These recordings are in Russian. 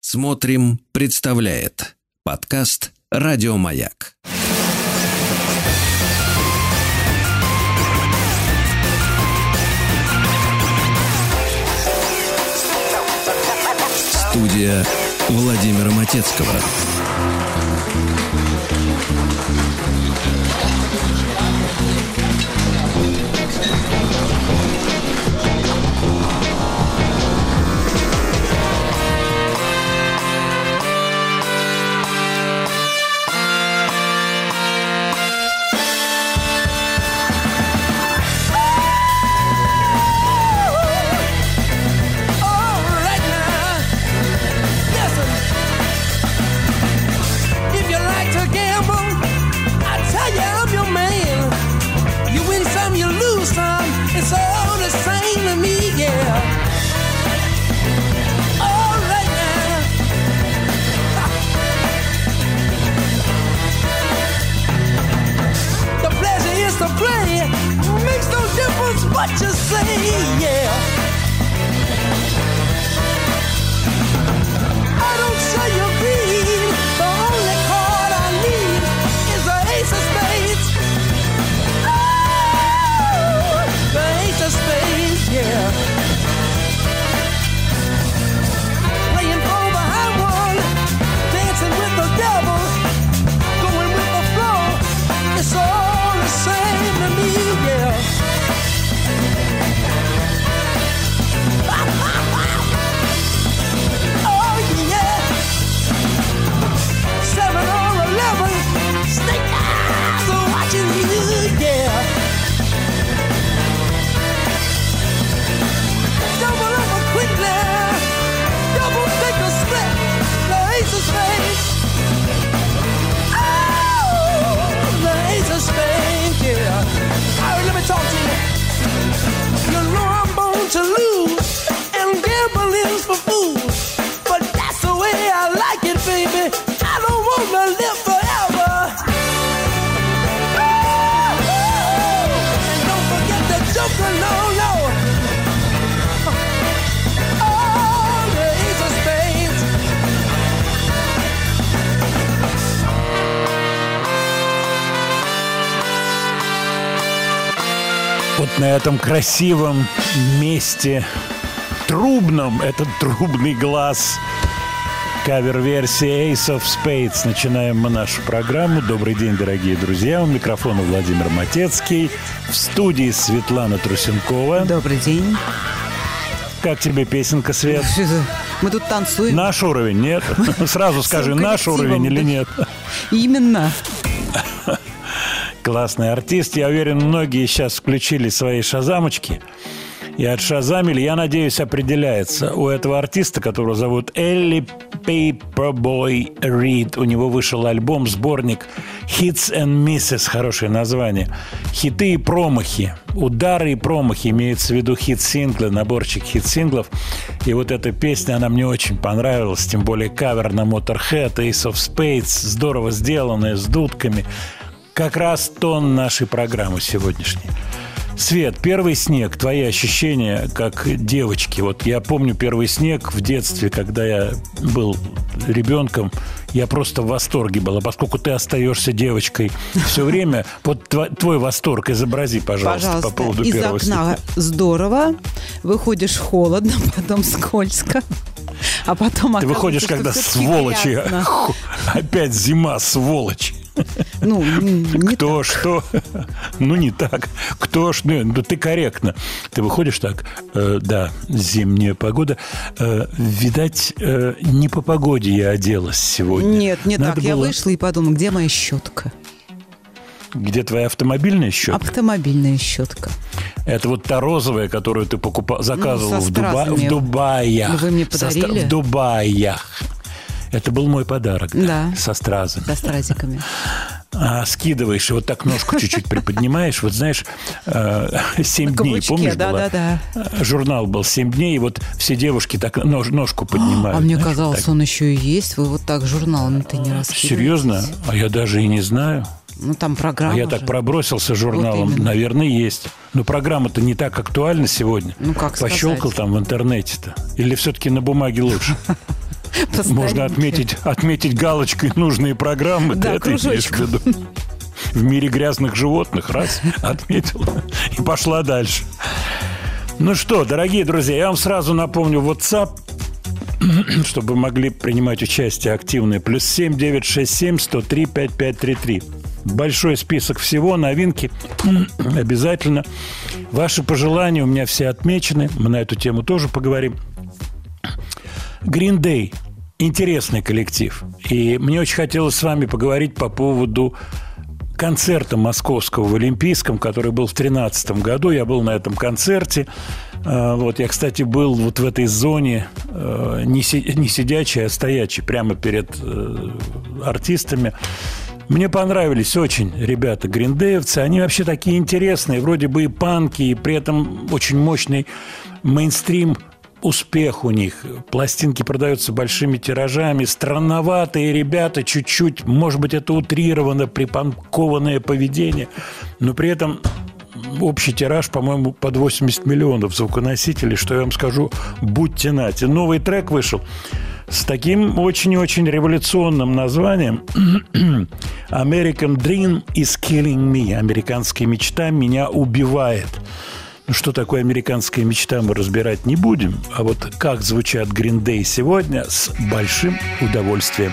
Смотрим, представляет подкаст «Радио Маяк». Студия Владимира Матецкого. What you say, yeah. I don't say you're green. The only card I need is the ace of spades. Oh, the ace of spades, yeah. Playing for the high one, dancing with the devil, going with the flow. It's all the same to me, yeah. To lose and gambling's for fools, but that's the way I like it, baby. I don't want to live forever. And don't forget the joker, no. Oh, the ace of spades. Вот на этом красивом месте трубном, этот трубный глаз, кавер-версия Ace of Spades. Начинаем мы нашу программу. Добрый день, дорогие друзья. У микрофона Владимир Матецкий. В студии Светлана Трусенкова. Добрый день. Как тебе песенка, Свет? Мы тут танцуем. Наш уровень, нет? Сразу скажи, наш уровень или нет? Именно. Классный артист. Я уверен, многие сейчас включили свои шазамочки и отшазамили. Я надеюсь, определяется. У этого артиста, которого зовут Элли Paperboy Reed, у него вышел альбом, сборник Hits and Misses, хорошее название. Хиты и промахи. Удары и промахи, имеется в виду хит-синглы, наборчик хит-синглов. И вот эта песня, она мне очень понравилась, тем более кавер на Motorhead, Ace of Spades, здорово сделанная, с дудками. Как раз тон нашей программы сегодняшней. Свет, первый снег, твои ощущения как девочки. Вот я помню первый снег в детстве, когда я был ребенком, я просто в восторге был. А поскольку ты остаешься девочкой все время, вот твой восторг изобрази, пожалуйста, по поводу первого снега. Из окна здорово, выходишь холодно, потом скользко. А потом ты выходишь, когда сволочи, опять зима, сволочь. Ну, не кто так. Что? Ну, не так. Кто ж? Ну, ты корректно. Ты выходишь так, да, зимняя погода. Видать, не по погоде я оделась сегодня. Нет, не Надо так. было... Я вышла и подумала, где моя щетка? Где твоя автомобильная щетка? Автомобильная щетка. Это вот та розовая, которую ты заказывал в Дубае. Вы мне подарили? В Дубаях. Это был мой подарок, да. Со стразами. Со стразиками. Скидываешь, и вот так ножку чуть-чуть приподнимаешь. Вот знаешь, 7 дней, помнишь, да. Журнал был 7 дней, и вот все девушки так ножку поднимают. А мне казалось, так. Он еще и есть. Вы вот так журналами-то не раскидываете. Серьезно? А я даже и не знаю. Ну, там программа. А я так пробросился журналом. Вот наверное, есть. Но программа-то не так актуальна сегодня. Ну, как Пощелкал сказать? Там в интернете-то. Или все-таки на бумаге лучше? Можно отметить галочкой нужные программы. Да, ты это имеешь в виду? В мире грязных животных. Раз, отметила. И пошла дальше. Ну что, дорогие друзья, я вам сразу напомню WhatsApp, чтобы вы могли принимать участие активное. +7 967 103 5533. Большой список всего, новинки. Обязательно. Ваши пожелания у меня все отмечены. Мы на эту тему тоже поговорим. Green Day. Интересный коллектив. И мне очень хотелось с вами поговорить по поводу концерта московского в Олимпийском, который был в 2013 году. Я был на этом концерте. Вот, я, кстати, был вот в этой зоне не сидячей, а стоячей, прямо перед артистами. Мне понравились очень ребята гриндеевцы. Они вообще такие интересные, вроде бы и панки, и при этом очень мощный мейнстрим. Успех у них. Пластинки продаются большими тиражами. Странноватые ребята чуть-чуть. Может быть, это утрированно, припанкованное поведение. Но при этом общий тираж, по-моему, под 80 миллионов звуконосителей. Что я вам скажу, будьте нате. Новый трек вышел с таким очень-очень революционным названием «American Dream is Killing Me». «Американская мечта меня убивает». Ну, что такое американская мечта, мы разбирать не будем. А вот как звучат Green Day сегодня, с большим удовольствием.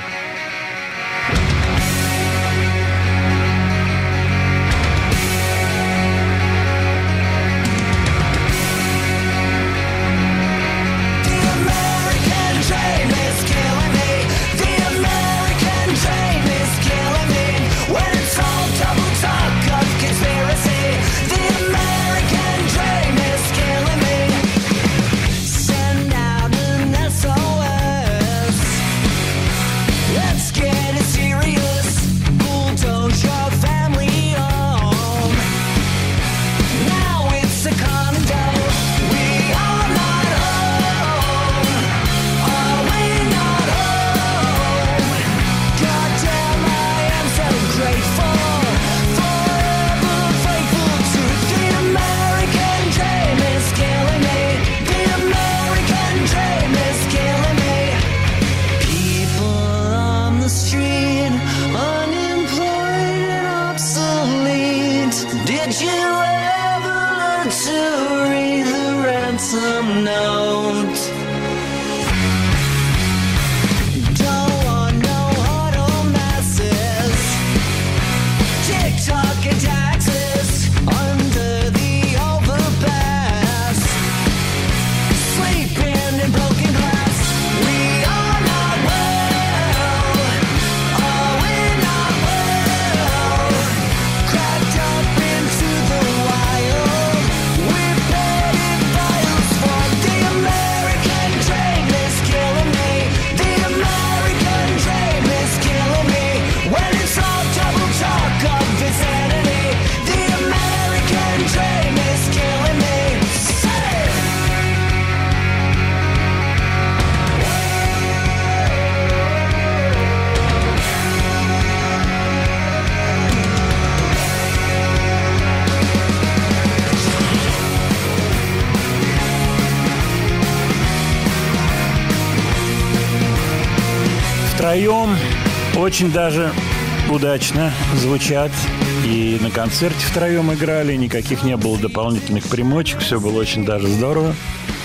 Втроем очень даже удачно звучат. И на концерте втроем играли. Никаких не было дополнительных примочек. Все было очень даже здорово.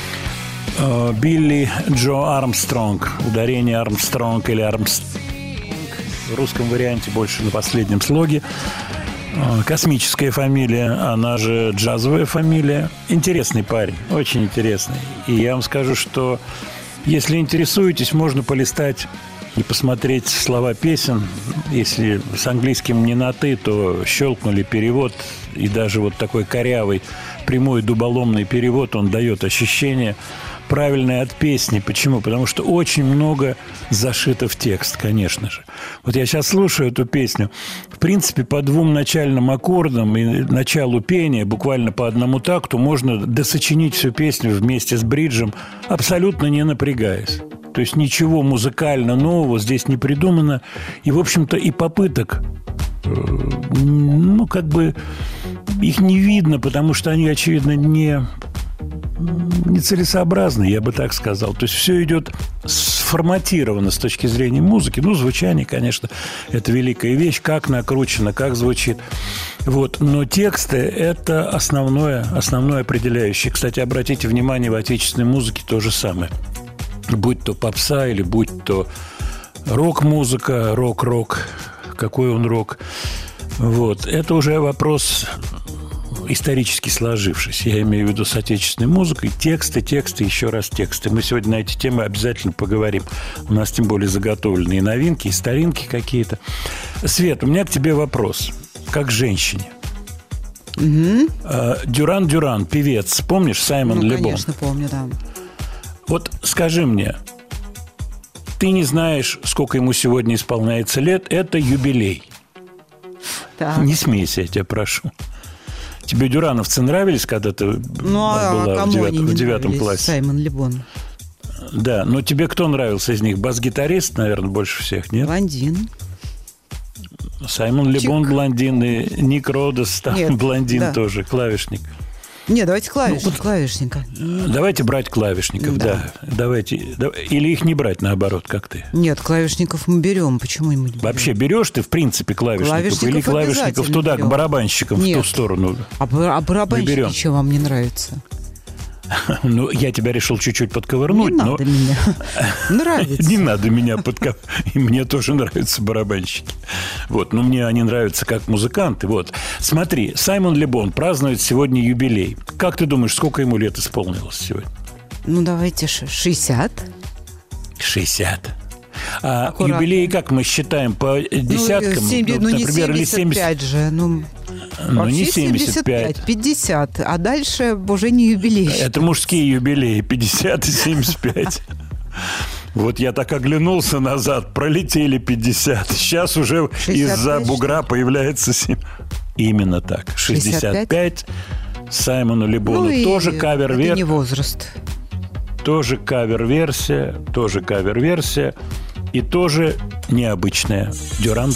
Билли Джо Армстронг. Ударение Армстронг или Армстронг. В русском варианте больше на последнем слоге. Космическая фамилия, она же джазовая фамилия. Интересный парень, очень интересный. И я вам скажу, что если интересуетесь, можно полистать и посмотреть слова песен. Если с английским не на «ты», то щелкнули перевод. И даже вот такой корявый, прямой дуболомный перевод, он дает ощущение правильное от песни. Почему? Потому что очень много зашито в текст, конечно же. Вот я сейчас слушаю эту песню. В принципе, по двум начальным аккордам и началу пения, буквально по одному такту, можно досочинить всю песню вместе с бриджем, абсолютно не напрягаясь. То есть ничего музыкально нового здесь не придумано. И, в общем-то, и попыток, ну, как бы их не видно, потому что они, очевидно, нецелесообразный, я бы так сказал. То есть все идет сформатировано с точки зрения музыки. Ну, звучание, конечно, это великая вещь. Как накручено, как звучит. Вот. Но тексты – это основное определяющее. Кстати, обратите внимание, в отечественной музыке то же самое. Будь то попса или будь то рок-музыка, рок-рок. Какой он рок? Вот. Это уже вопрос исторически сложившийся. Я имею в виду с отечественной музыкой. Тексты, еще раз тексты. Мы сегодня на эти темы обязательно поговорим. У нас тем более заготовленные новинки и старинки какие-то. Свет, у меня к тебе вопрос. Как женщине. Дюран, певец. Помнишь Саймон Ле Bon? Конечно, помню, да. Вот скажи мне, ты не знаешь, сколько ему сегодня исполняется лет. Это юбилей. Так. Не смейся, я тебя прошу. Тебе дюрановцы нравились, когда ты была в 9 классе? Саймон Ле Bon. Да, но тебе кто нравился из них? Бас-гитарист, наверное, больше всех, нет? Блондин. Саймон Ле Bon блондин, и Ник Родес там блондин да. тоже, клавишник. Не, давайте клавишника. Давайте брать клавишников, да. Давайте. Или их не брать, наоборот, как ты. Нет, клавишников мы берем. Почему мы не берем? Вообще берешь ты, в принципе, клавишников или клавишников туда, берем. К барабанщикам, Нет. в ту сторону? А барабанщики что вам не нравится? Ну, я тебя решил чуть-чуть подковырнуть. Не надо меня. Нравится. Не надо меня подковырнуть. И мне тоже нравятся барабанщики. Вот, но мне они нравятся как музыканты. Вот. Смотри, Саймон Ле Bon празднует сегодня юбилей. Как ты думаешь, сколько ему лет исполнилось сегодня? Ну, давайте 60. 60. А юбилей как мы считаем? По десяткам? Например, или 75 же. Ну, не 75. 50. А дальше уже не юбилей. Это мужские юбилеи. 50 и 75. Вот я так оглянулся назад. Пролетели 50. Сейчас уже 65? Из-за бугра появляется 7. Именно так. 65. Саймону Ле Бону. Ну, тоже кавер-версия. Это не возраст. Тоже кавер-версия. И тоже необычная. Дюран.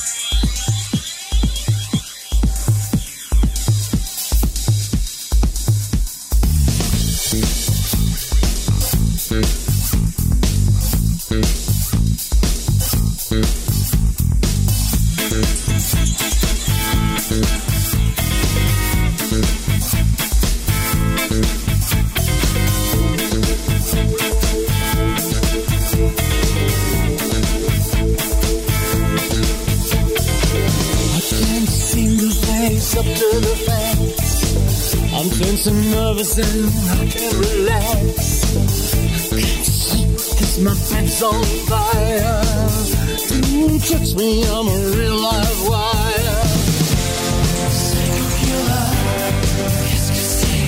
Up to the fence, I'm tense and nervous and I can't relax. I can't sleep 'cause my bed's on fire. Don't touch me, I'm a real live wire. Psycho killer, qu'est-ce que c'est?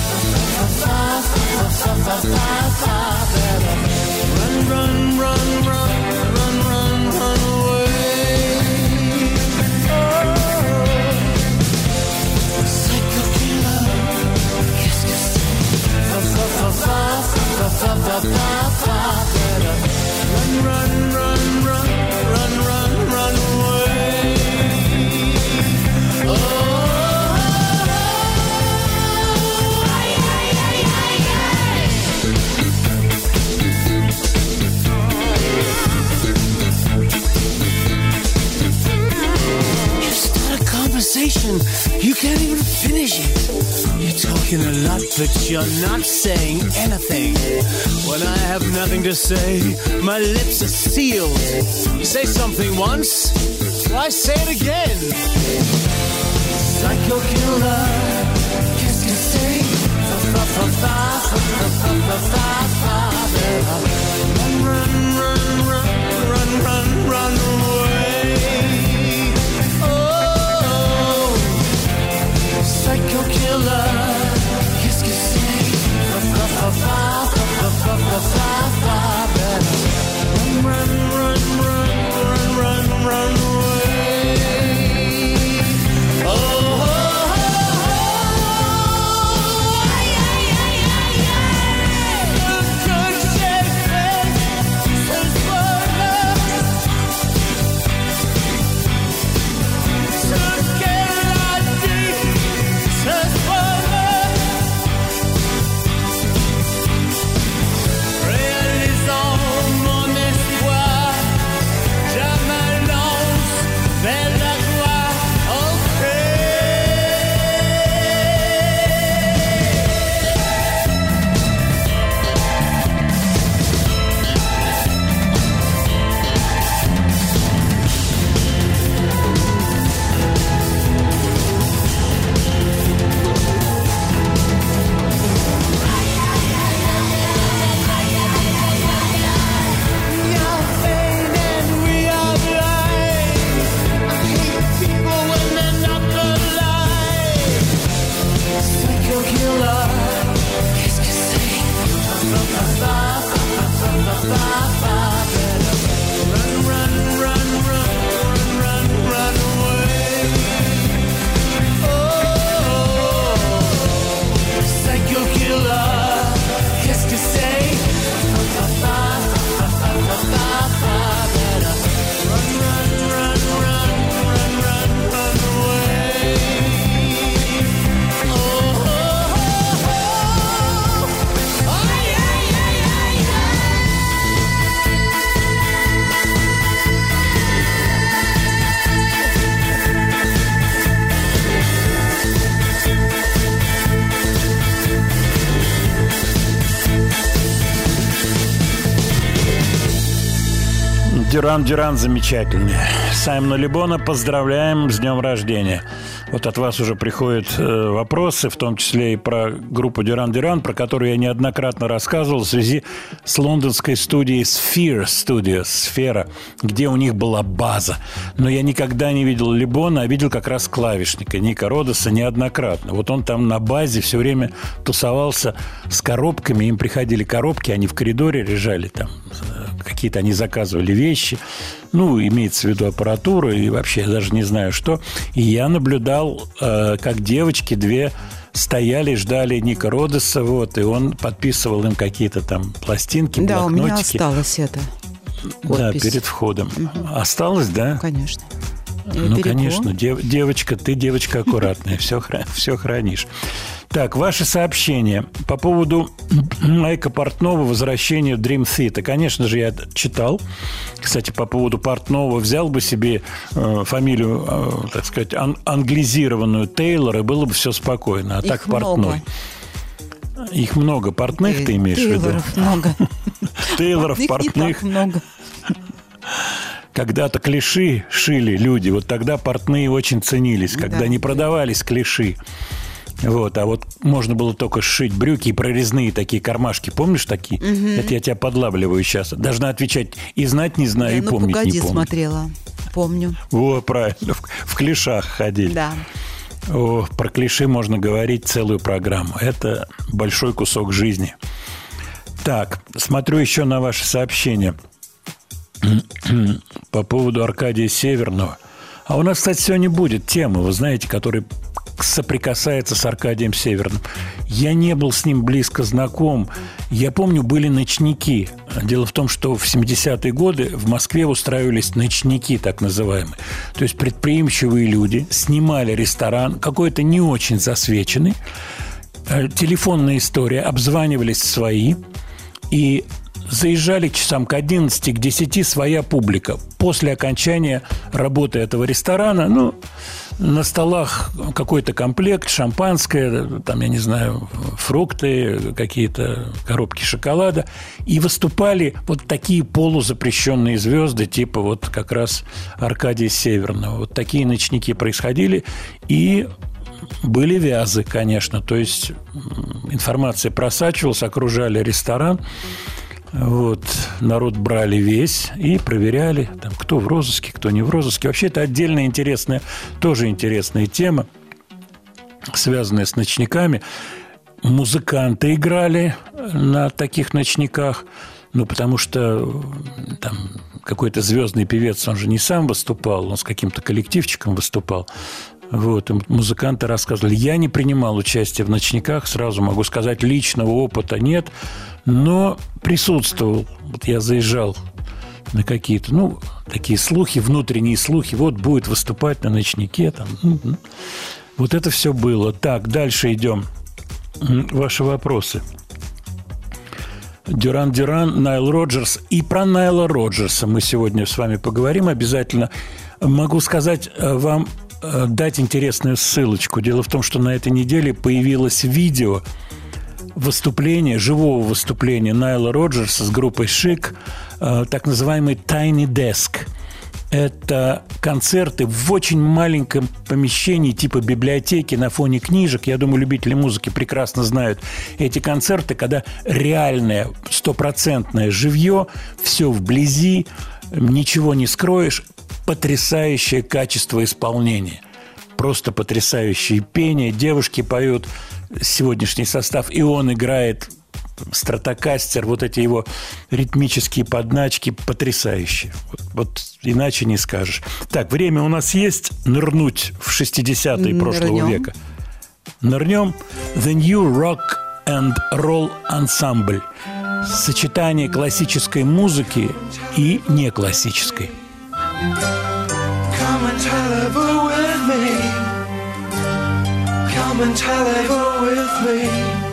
Run away. Psycho killer, qu'est-ce que c'est? Run away. You can't even finish it. You're talking a lot, but you're not saying anything. When I have nothing to say, my lips are sealed. You say something once, I say it again. Psycho killer, qu'est-ce que c'est? Run away. Psycho killer, qu'est-ce que c'est? Run away. Good Дюран замечательный. Саймона Le Bon поздравляем с днем рождения. Вот от вас уже приходят вопросы, в том числе и про группу Дюран, про которую я неоднократно рассказывал в связи с лондонской студией Sphere Studios, Сфера, где у них была база. Но я никогда не видел Le Bon, а видел как раз клавишника Ника Родоса неоднократно. Вот он там на базе все время тусовался с коробками. Им приходили коробки, они в коридоре лежали там. Какие-то они заказывали вещи, ну, имеется в виду аппаратуру, и вообще я даже не знаю что. И я наблюдал, как девочки две стояли, ждали Ника Родоса, вот, и он подписывал им какие-то там пластинки, да, блокнотики. Да, у меня осталось это. Подпись. Да, перед входом. Осталось, да? Конечно. Ну, конечно, девочка, ты девочка аккуратная, все хранишь. Так, ваши сообщения по поводу Майка Портнова «Возвращение в Dream Theater». Конечно же, я читал. Кстати, по поводу Портнова взял бы себе фамилию, так сказать, англизированную Тейлор, и было бы все спокойно. А их так Портной. Их много. Портных ты имеешь в виду? Тейлоров много. Тейлоров, портных. много. Когда-то клиши шили люди, вот тогда портные очень ценились, когда не продавались клиши. Вот, а вот можно было только сшить брюки и прорезные такие кармашки. Помнишь такие? Угу. Это я тебя подлавливаю сейчас. Должна отвечать и знать не знаю, и помнить не помню. Смотрела. Помню. О, правильно. В клишах ходили. Да. О, про клиши можно говорить целую программу. Это большой кусок жизни. Так, смотрю еще на ваши сообщения по поводу Аркадия Северного. А у нас, кстати, сегодня будет тема, вы знаете, которая соприкасается с Аркадием Северным. Я не был с ним близко знаком. Я помню, были ночники. Дело в том, что в 70-е годы в Москве устраивались ночники, так называемые. То есть предприимчивые люди снимали ресторан, какой-то не очень засвеченный. Телефонная история, обзванивались свои и заезжали часам к 11, к 10 своя публика. После окончания работы этого ресторана, на столах какой-то комплект, шампанское, там, я не знаю, фрукты, какие-то коробки шоколада. И выступали вот такие полузапрещенные звезды, типа вот как раз Аркадия Северного. Вот такие ночники происходили. И были вязы, конечно. То есть информация просачивалась, окружали ресторан. Вот, народ брали весь и проверяли, там, кто в розыске, кто не в розыске. Вообще, это отдельная интересная, тоже интересная тема, связанная с ночниками. Музыканты играли на таких ночниках, потому что там какой-то звездный певец, он же не сам выступал, он с каким-то коллективчиком выступал. Вот, и музыканты рассказывали. Я не принимал участие в ночниках, сразу могу сказать, личного опыта нет, но присутствовал. Вот я заезжал на какие-то, такие слухи, внутренние слухи. Вот будет выступать на ночнике. Там. Вот это все было. Так, дальше идем. Ваши вопросы. Дюран, Найл Роджерс. И про Найла Роджерса мы сегодня с вами поговорим обязательно. Могу сказать вам, дать интересную ссылочку. Дело в том, что на этой неделе появилось видео живого выступления Найла Роджерса с группой Chic, так называемый Tiny Desk. Это концерты в очень маленьком помещении типа библиотеки на фоне книжек. Я думаю, любители музыки прекрасно знают эти концерты, когда реальное, стопроцентное живье, все вблизи, ничего не скроешь. Потрясающее качество исполнения. Просто потрясающее пение. Девушки поют, сегодняшний состав, и он играет стратокастер, вот эти его ритмические подначки потрясающие. Вот иначе не скажешь. Так, время у нас есть нырнуть в 60-е прошлого века. Нырнем. The New Rock and Roll Ensemble. Сочетание классической музыки и неклассической. Come and telephone with me. Come and telephone with me.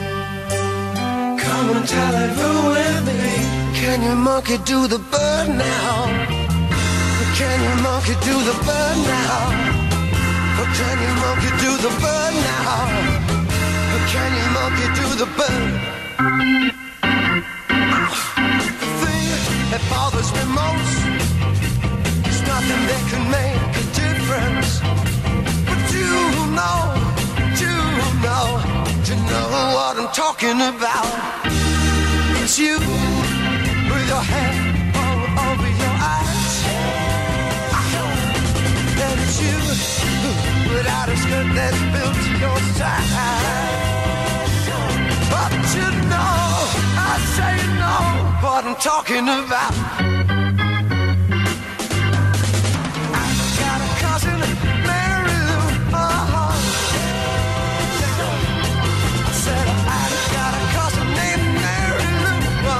Come and telephone with me. Can your monkey do the bird now? Can your monkey do the bird now? Can your monkey do the bird now? Can your monkey do the bird? The thing that bothers me most talking about. It's you with your hand all over your eyes. And it's you without a skirt that's built to your size. But you know, I say you know what I'm talking about. I got a cousin, Mary Lou. I said I got a cousin named Mary Lou.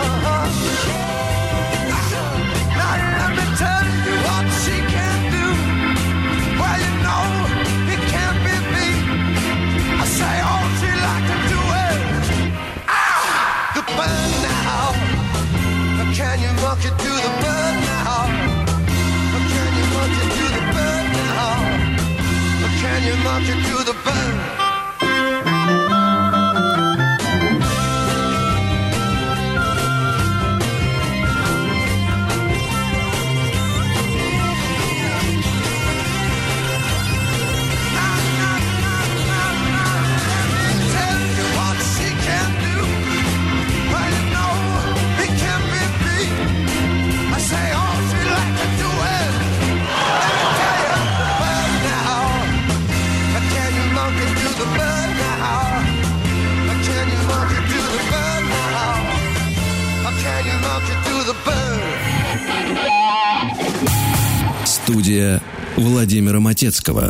Now let me tell you what she can do. Well, you know it can't be beat. I say all she like to do is the bird now. Can you monkey do the bird now? Can you monkey do the bird now? Can you monkey do the bird? Студия Владимира Матецкого.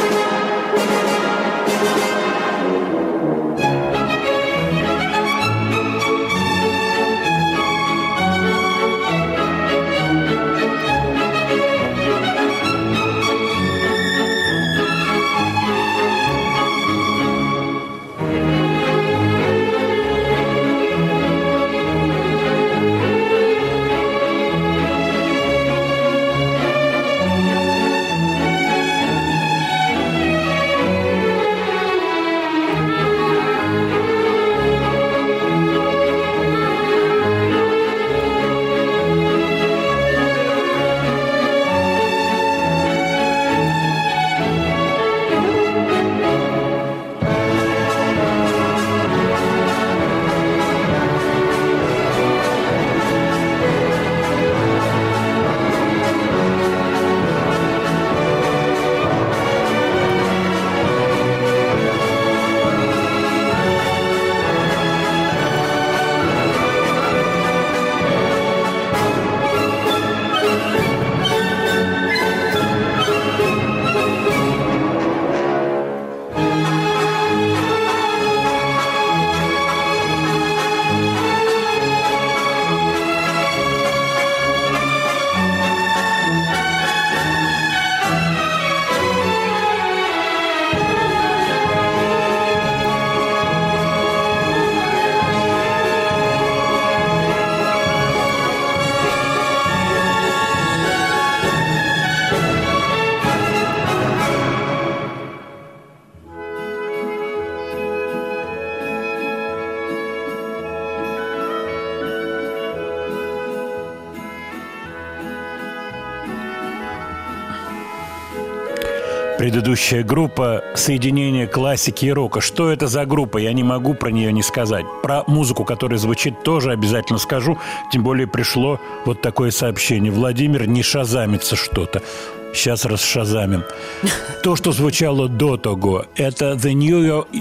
Предыдущая группа — соединение классики и рока. Что это за группа? Я не могу про нее не сказать. Про музыку, которая звучит, тоже обязательно скажу. Тем более пришло вот такое сообщение. Владимир, не шазамится что-то. Сейчас расшазамим. То, что звучало до того, это The New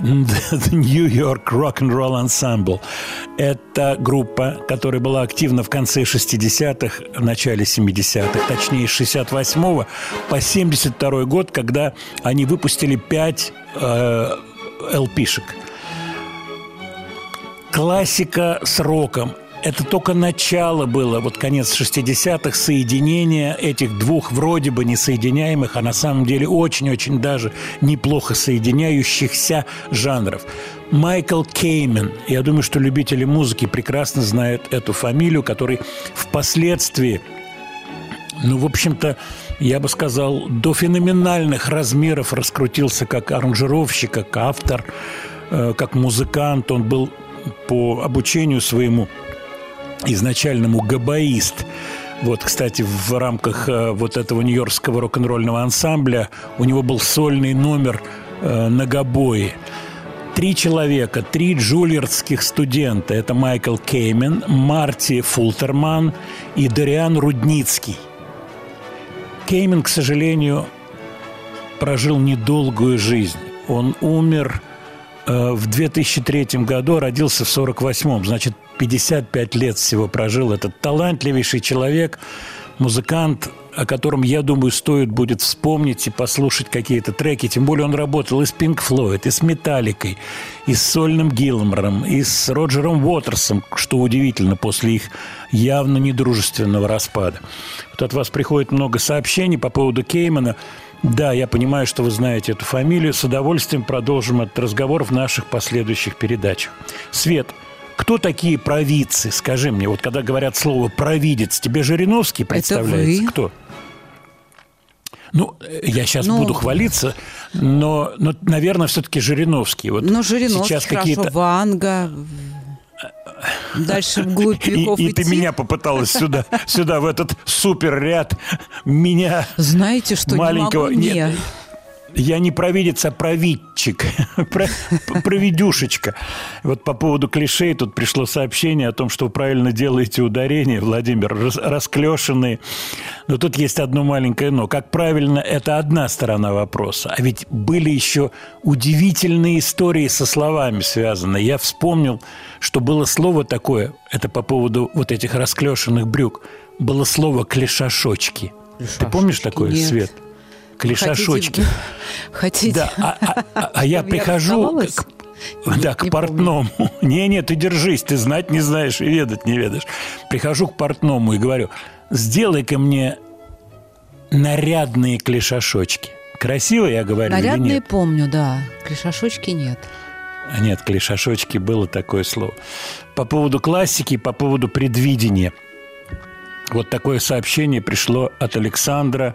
York Rock and Roll Ensemble. Это группа, которая была активна в конце 60-х, начале 70-х, точнее, с 68-го по 72-й год, когда они выпустили 5 LP-шек. Классика с роком. Это только начало было, вот конец 60-х, соединение этих двух вроде бы несоединяемых, а на самом деле очень-очень даже неплохо соединяющихся жанров. Майкл Кеймен. Я думаю, что любители музыки прекрасно знают эту фамилию, который впоследствии, в общем-то, я бы сказал, до феноменальных размеров раскрутился как аранжировщик, как автор, как музыкант. Он был по обучению своему изначальному габаист. Вот, кстати, в рамках вот этого нью-йоркского рок-н-ролльного ансамбля у него был сольный номер на габое. 3 человека, 3 джульярдских студента. Это Майкл Кеймен, Марти Фултерман и Дориан Рудницкий. Кеймен, к сожалению, прожил недолгую жизнь. Он умер в 2003 году, родился в 1948. Значит, 55 лет всего прожил этот талантливейший человек, музыкант, о котором, я думаю, стоит будет вспомнить и послушать какие-то треки. Тем более он работал и с Pink Floyd, и с Металликой, и с Сольным Гилмором, и с Роджером Уотерсом, что удивительно, после их явно недружественного распада. Вот от вас приходит много сообщений по поводу Кеймена. Да, я понимаю, что вы знаете эту фамилию. С удовольствием продолжим этот разговор в наших последующих передачах. Свет, кто такие провидцы? Скажи мне, вот когда говорят слово «провидец», тебе Жириновский представляется? Это вы? Кто? Ну, я сейчас буду хвалиться, но наверное, все-таки Жириновский. Вот Жириновский, сейчас хорошо, какие-то... Ванга... Дальше вглубь веков и ты меня попыталась сюда, в этот суперряд, меня, знаете, что маленького... не могу, Нет, я не провидец, а провидчик, провидюшечка. Вот по поводу клишей тут пришло сообщение о том, что вы правильно делаете ударение, Владимир, расклешенные. Но тут есть одно маленькое «но». Как правильно, это одна сторона вопроса. А ведь были еще удивительные истории со словами связаны. Я вспомнил, что было слово такое, это по поводу вот этих расклешенных брюк, было слово «клишашочки». Ты помнишь такое, нет. Свет? Клишашочки. Хотите? Да, а я прихожу к портному. Не, ты держись, ты знать не знаешь и ведать не ведаешь. Прихожу к портному и говорю: сделай-ка мне нарядные клишашочки. Красиво я говорю или нет? Нарядные помню, да. Клишашочки нет. Нет, клишашочки было такое слово. По поводу классики, по поводу предвидения. Вот такое сообщение пришло от Александра.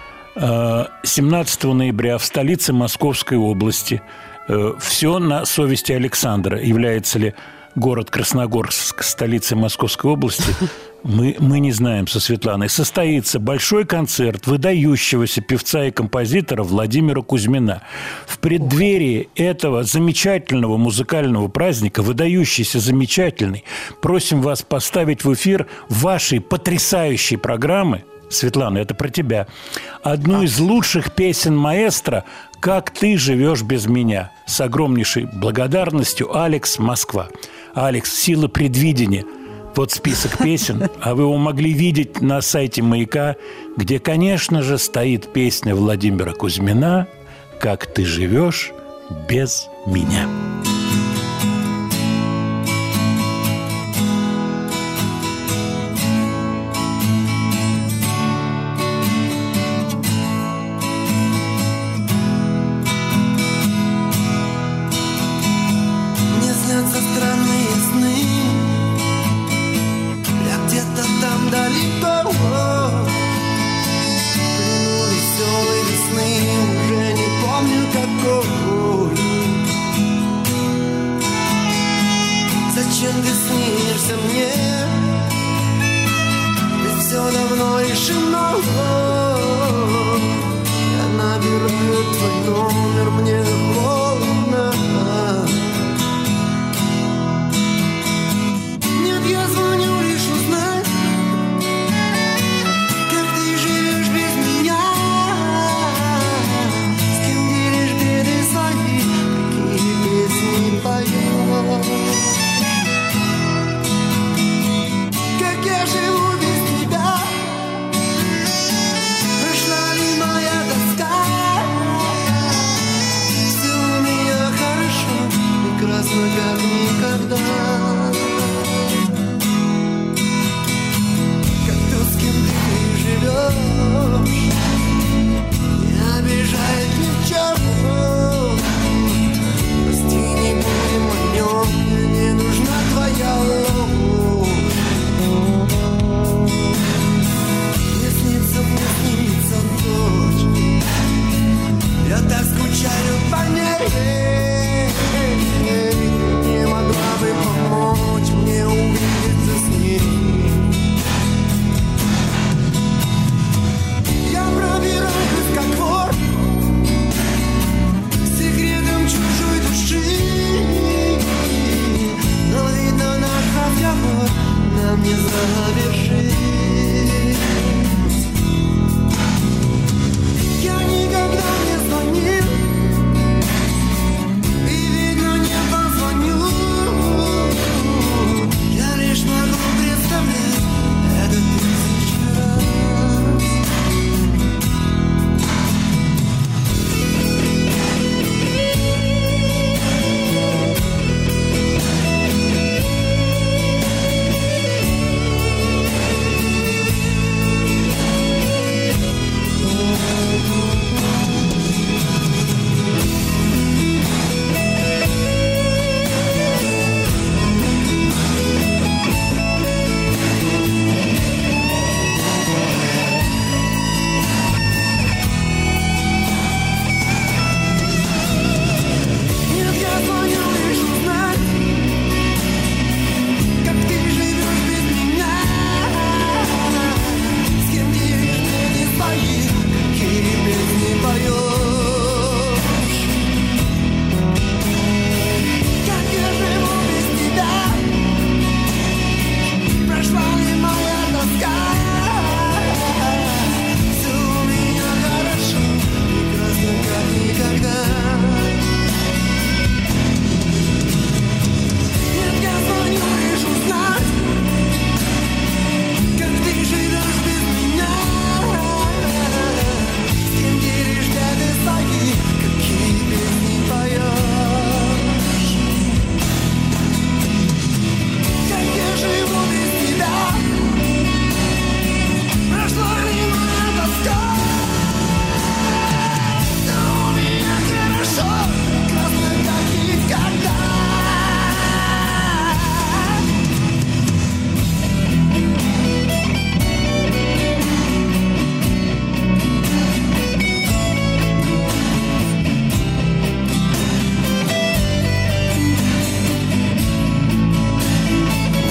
17 ноября в столице Московской области. Все на совести Александра. Является ли город Красногорск столицей Московской области? Мы не знаем со Светланой. Состоится большой концерт выдающегося певца и композитора Владимира Кузьмина. В преддверии этого замечательного музыкального праздника, выдающийся, замечательный, просим вас поставить в эфир вашей потрясающей программы. Светлана, это про тебя. Одну из лучших песен маэстро «Как ты живешь без меня». С огромнейшей благодарностью, Алекс, Москва. Алекс, сила предвидения. Вот список песен, а вы его могли видеть на сайте «Маяка», где, конечно же, стоит песня Владимира Кузьмина «Как ты живешь без меня».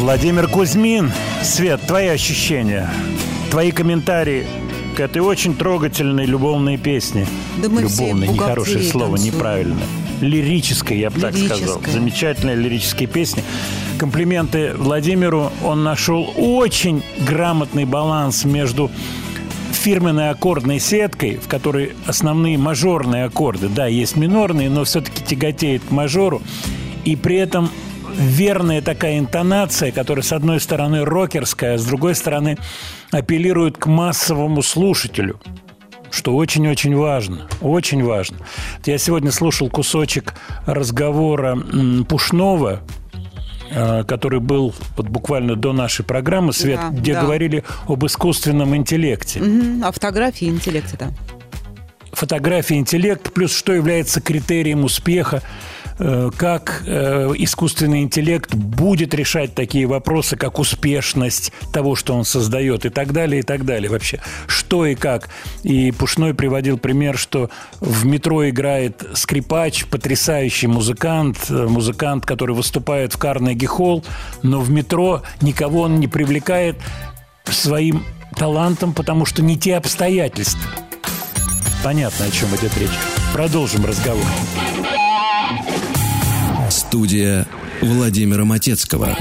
Владимир Кузьмин. Свет, твои ощущения, твои комментарии к этой очень трогательной любовной песне. Да мы любовной, все нехорошее слово, танцуем. неправильно. Лирической, я бы так сказал. Замечательные лирические песни. Комплименты Владимиру. Он нашел очень грамотный баланс между фирменной аккордной сеткой, в которой основные мажорные аккорды, да, есть минорные, но все-таки тяготеет к мажору, и при этом верная такая интонация, которая с одной стороны рокерская, а с другой стороны апеллирует к массовому слушателю, что очень-очень важно. Очень важно. Я сегодня слушал кусочек разговора Пушного, который был вот буквально до нашей программы, Свет, да, где да. говорили об искусственном интеллекте. О фотографии и интеллекте, да. Фотография, интеллект, плюс что является критерием успеха, как искусственный интеллект будет решать такие вопросы, как успешность того, что он создает, и так далее, и так далее. Вообще, что и как. И Пушной приводил пример, что в метро играет скрипач, потрясающий музыкант, который выступает в Карнеги-холл, но в метро никого он не привлекает своим талантом, потому что не те обстоятельства. Понятно, о чем идет речь. Продолжим разговор. Студия Владимира Матецкого.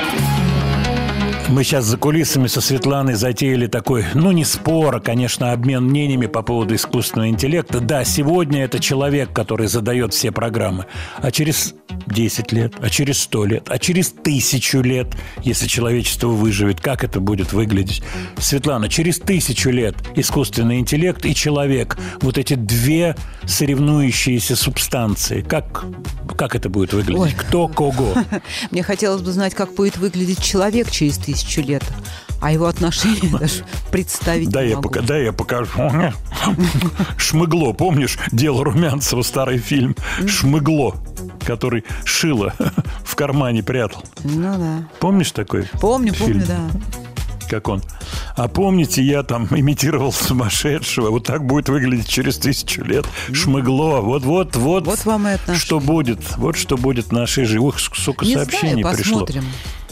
Мы сейчас за кулисами со Светланой затеяли такой, не спор, а, конечно, обмен мнениями по поводу искусственного интеллекта. Да, сегодня это человек, который задает все программы. А через 10 лет, а через 100 лет, а через 1000 лет, если человечество выживет, как это будет выглядеть? Светлана, через 1000 лет искусственный интеллект и человек, вот эти две соревнующиеся субстанции, как это будет выглядеть? Ой. Кто кого? Мне хотелось бы знать, как будет выглядеть человек через 1000 лет, а его отношения даже представить не могу. Да, я покажу. Шмыгло, помнишь, дело Румянцева, старый фильм? Шмыгло, который шило в кармане прятал. Ну да. Помнишь такой? Помню, фильм? да. Как он? А помните, я там имитировал сумасшедшего. Вот так будет выглядеть через 1000 лет. Шмыгло. Вот вам и отношения. Что будет. Вот что будет в нашей жизни. Ох, сколько Не сообщений знаю, пришло. посмотрим.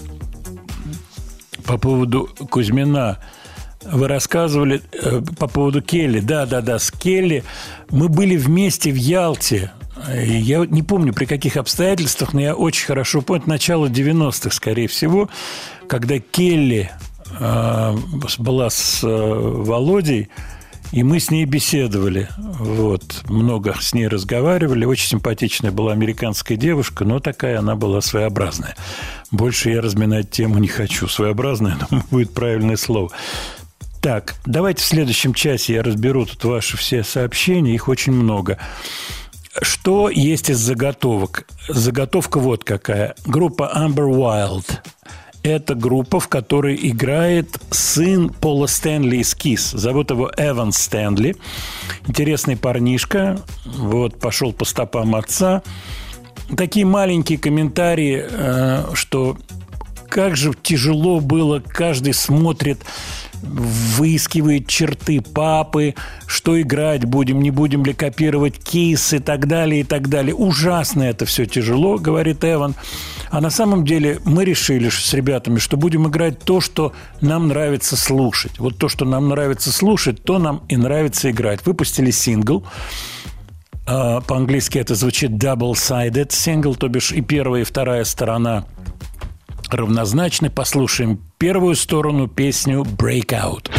По поводу Кузьмина. Вы рассказывали по поводу Келли. Да, с Келли. Мы были вместе в Ялте. Я не помню, при каких обстоятельствах, но я очень хорошо помню. Начало 90-х, скорее всего, когда Келли была с Володей, и мы с ней беседовали. Много с ней разговаривали. Очень симпатичная была американская девушка, но такая она была своеобразная. Больше я разминать тему не хочу. Своеобразная, думаю, будет правильное слово. Так, давайте в следующем часе я разберу тут ваши все сообщения. Их очень много. Что есть из заготовок? Заготовка вот какая. Группа Amber Wild. Это группа, в которой играет сын Пола Стэнли из Kiss. Зовут его Эван Стэнли. Интересный парнишка. Пошел по стопам отца. Такие маленькие комментарии, что как же тяжело было. Каждый смотрит, выискивает черты папы, что играть будем, не будем ли копировать Kiss и так далее, и так далее. Ужасно это все тяжело, говорит Эван. А на самом деле мы решили с ребятами, что будем играть то, что нам нравится слушать. Вот то, что нам нравится слушать, то нам и нравится играть. Выпустили сингл. По-английски это звучит double-sided сингл, то бишь и первая, и вторая сторона равнозначны. Послушаем первую сторону, песню «Breakout».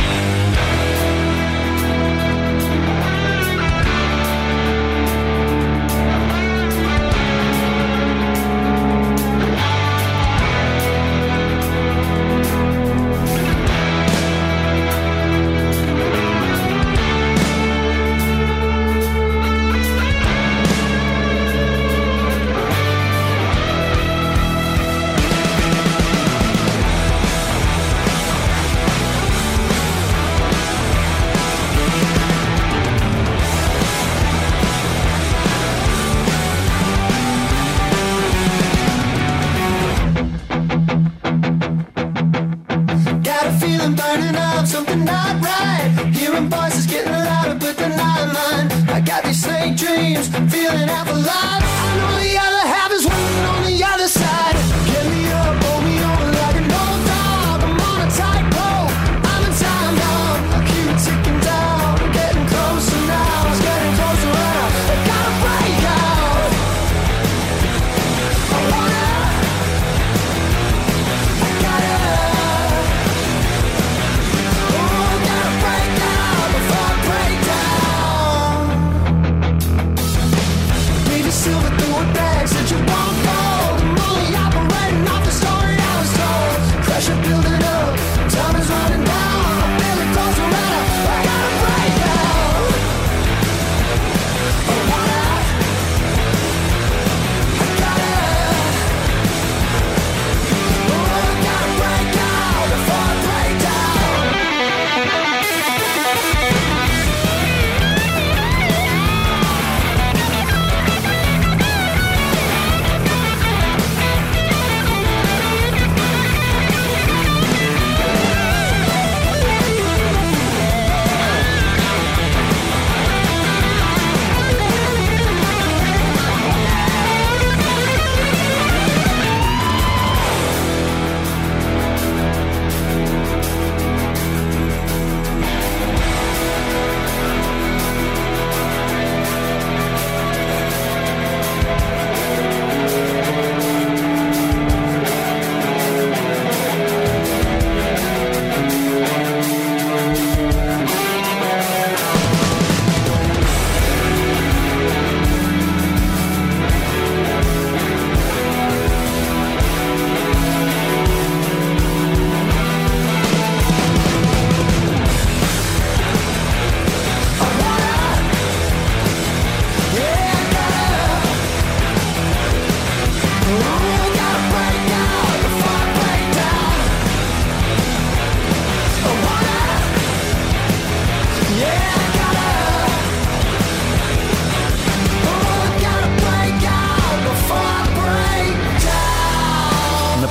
Feeling half alive, I know the other half is waiting on the other side. Get me up, hold me over like an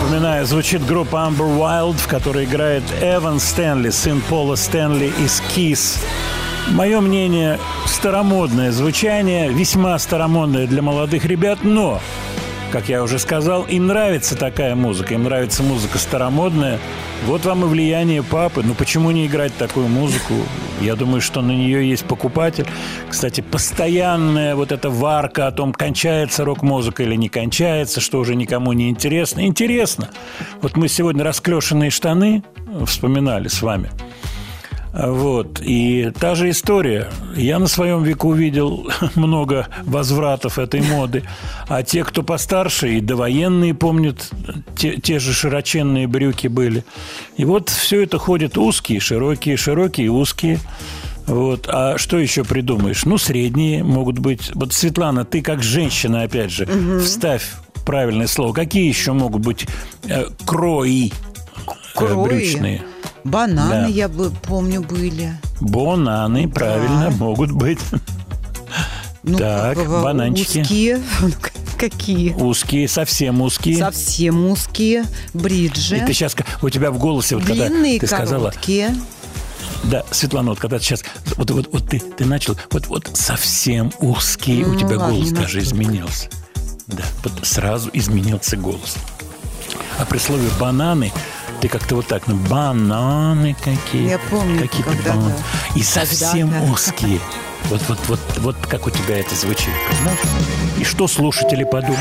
Напоминаю, звучит группа Amber Wild, в которой играет Эван Стэнли, сын Пола Стэнли из Kiss. Мое мнение, старомодное звучание, весьма старомодное для молодых ребят, но, как я уже сказал, им нравится такая музыка, им нравится музыка старомодная. Вот вам и влияние папы. Ну, почему не играть такую музыку? Я думаю, что на нее есть покупатель. Кстати, постоянная вот эта варка о том, кончается рок-музыка или не кончается, что уже никому не интересно. Интересно. Вот мы сегодня «Расклешенные штаны» вспоминали с вами. Вот. И та же история. Я на своем веку видел много возвратов этой моды. А те, кто постарше, и довоенные помнят, те же широченные брюки были. И вот все это ходит узкие, широкие, узкие. Вот. А что еще придумаешь? Ну, средние могут быть. Вот, Светлана, ты как женщина, опять же, вставь правильное слово. Какие еще могут быть крои брючные? Бананы, да. я помню, были. Бананы, правильно, могут быть. Ну, так, бананчики. Узкие. Какие? Узкие, совсем узкие. Совсем узкие. Бриджи. И ты сейчас, у тебя в голосе, вот длинные, когда ты сказала... короткие. Да, Светлана, вот когда ты сейчас... Вот ты начал... Вот совсем узкие, у тебя голос даже изменился. Да, вот сразу изменился голос. А при слове «бананы» ты как-то вот так, бананы какие. Я помню, какие-то когда бананы. да. И совсем когда узкие. Вот как у тебя это звучит. Понимаешь? И что слушатели подумают?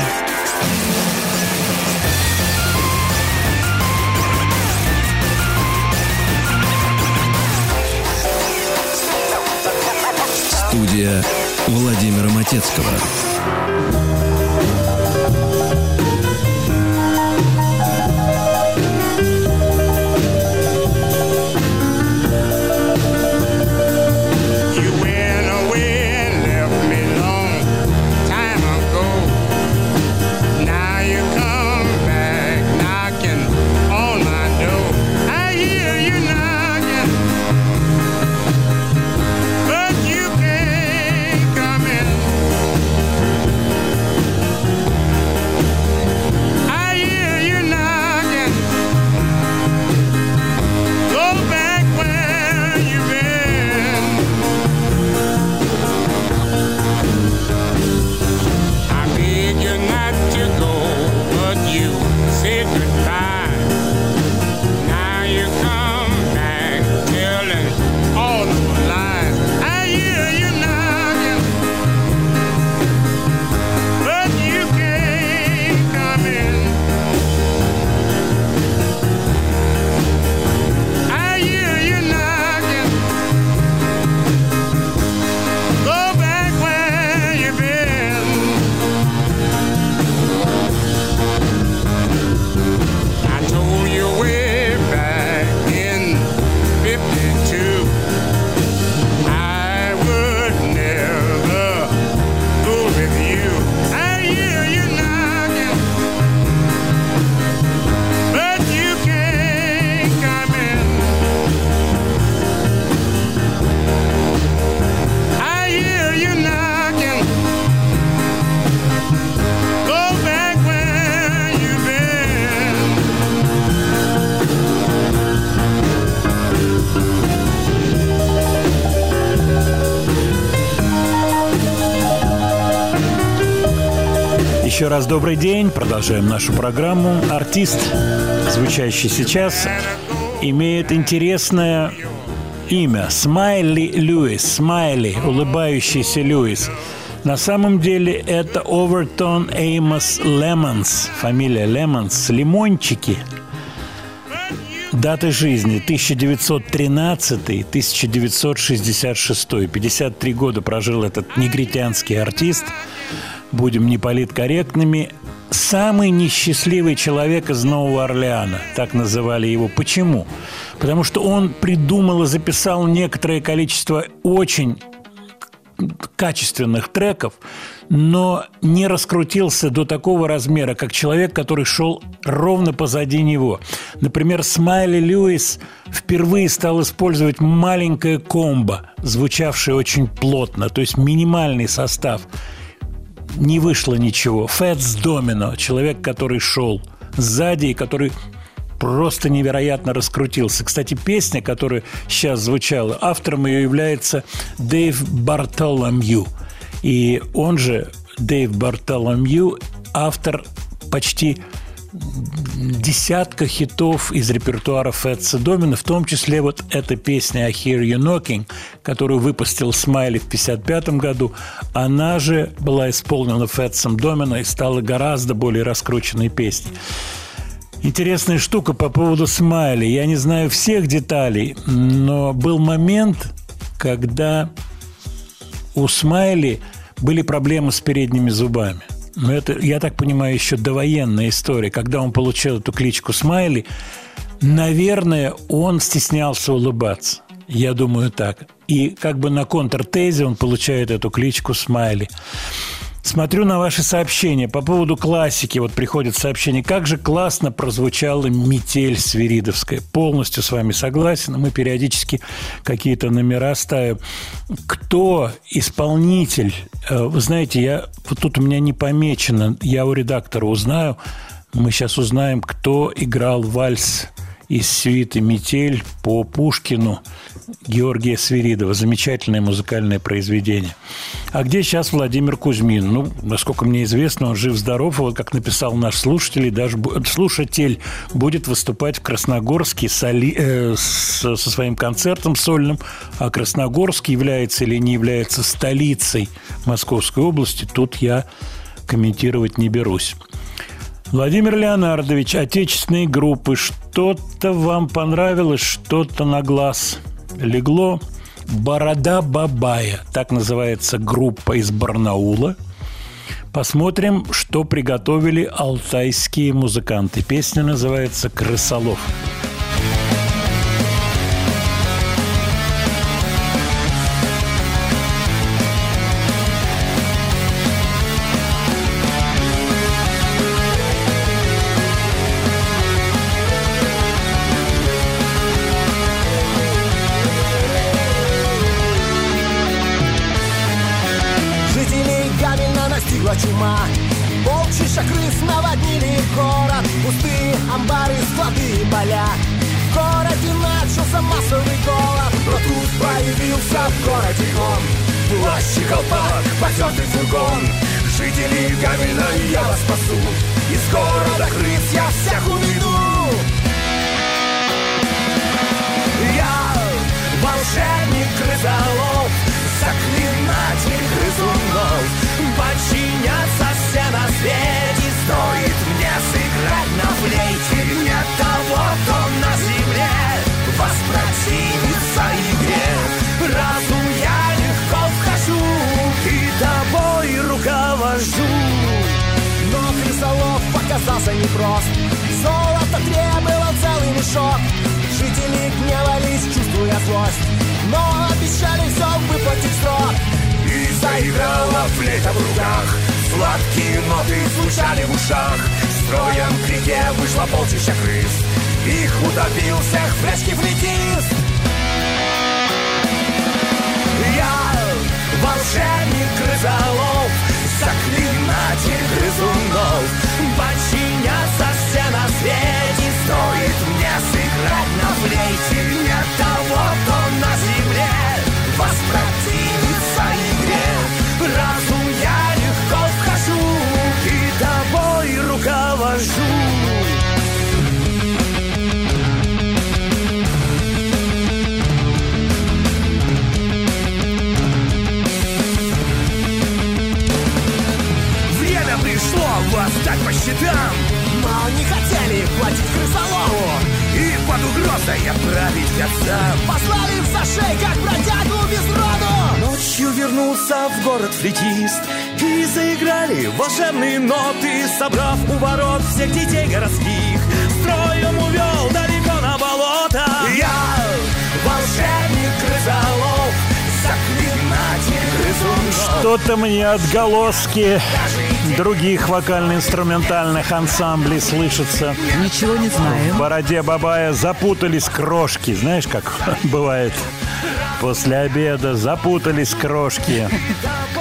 Студия Владимира Матецкого. Еще раз добрый день. Продолжаем нашу программу. Артист, звучащий сейчас, имеет интересное имя. Смайли Льюис. Смайли, улыбающийся Льюис. На самом деле это Овертон Эймос Лемонс. Фамилия Лемонс. Лимончики. Даты жизни 1913-1966. 53 года прожил этот негритянский артист. Будем неполиткорректными. Самый несчастливый человек из Нового Орлеана. Так называли его. Почему? Потому что он придумал и записал некоторое количество очень качественных треков, но не раскрутился до такого размера, как человек, который шел ровно позади него. Например, Смайли Льюис впервые стал использовать маленькое комбо, звучавшее очень плотно, то есть минимальный состав. Не вышло ничего. Фэтс Домино, человек, который шел сзади, который просто невероятно раскрутился. Кстати, песня, которая сейчас звучала, автором ее является Дэйв Бартоломью. И он же, Дэйв Бартоломью, автор почти десятка хитов из репертуара Фэтса Домино, в том числе вот эта песня «I Hear You Knocking», которую выпустил Смайли в 1955 году, она же была исполнена Фэтсом Домино и стала гораздо более раскрученной песней. Интересная штука по поводу Смайли. Я не знаю всех деталей, но был момент, когда у Смайли были проблемы с передними зубами. Но это, я так понимаю, еще довоенная история. Когда он получил эту кличку Смайли, наверное, он стеснялся улыбаться. Я думаю, так. И как бы на контртезе он получает эту кличку Смайли. Смотрю на ваши сообщения. По поводу классики вот приходят сообщения. Как же классно прозвучала «Метель» свиридовская. Полностью с вами согласен. Мы периодически какие-то номера ставим. Кто исполнитель? Вы знаете, вот тут у меня не помечено. Я у редактора узнаю. Мы сейчас узнаем, кто играл вальс из сюиты «Метель» по Пушкину Георгия Свиридова. Замечательное музыкальное произведение. А где сейчас Владимир Кузьмин? Ну, насколько мне известно, он жив-здоров. Вот как написал наш слушатель, даже слушатель будет выступать в Красногорске со своим концертом сольным. А Красногорск является или не является столицей Московской области, тут я комментировать не берусь. Владимир Леонардович, отечественные группы, что-то вам понравилось, что-то на глаз легло? «Борода Бабая», так называется группа из Барнаула. Посмотрим, что приготовили алтайские музыканты. Песня называется «Крысолов». Чума, полчища крыс наводнили город, пустые амбары, склады, поля. В городе начался массовый голод, но тут появился в городе он. Плащ и колпак, потертый фургон. Жители Гамельна, я вас спасу, из города крыс я всех уведу. Я волшебник крысолов, заклинатель грызунов. Подчиняться все на свете, стоит мне сыграть на флейте. Нет того, кто на земле воспротивится игре. Разум я легко вхожу и тобой руковожу. Но крысолов показался непрост, золото требовал целый мешок. Жители гневались, чувствуя злость, но обещали все выплатить срок. И заиграла флейта в руках, сладкие ноты звучали в ушах. Строем к реке вышло полчища крыс, их утопил всех флешки флейтист. Я волшебник крысолов, заклинатель грызунов. Подчиняться все на свете, стоит мне сыграть на флейте. Нет того, кто на земле воспротивится игре. Разум я легко вхожу и тобой руковожу. Время пришло вас дать по счетам, но не хотели платить крысолову и под угрозой отправить к отцам. Послали в зашей, как бродягу без роду. Ночью вернулся в город флейтист, и заиграли волшебные ноты. Собрав у ворот всех детей городских, строем увел далеко на болото. Я волшебник крысолов, заклинатель грызунов. Что-то мне отголоски других вокально-инструментальных ансамблей слышатся. Ничего не знаю. В «Бороде Бабая» запутались крошки. Знаешь, как бывает после обеда? Запутались крошки.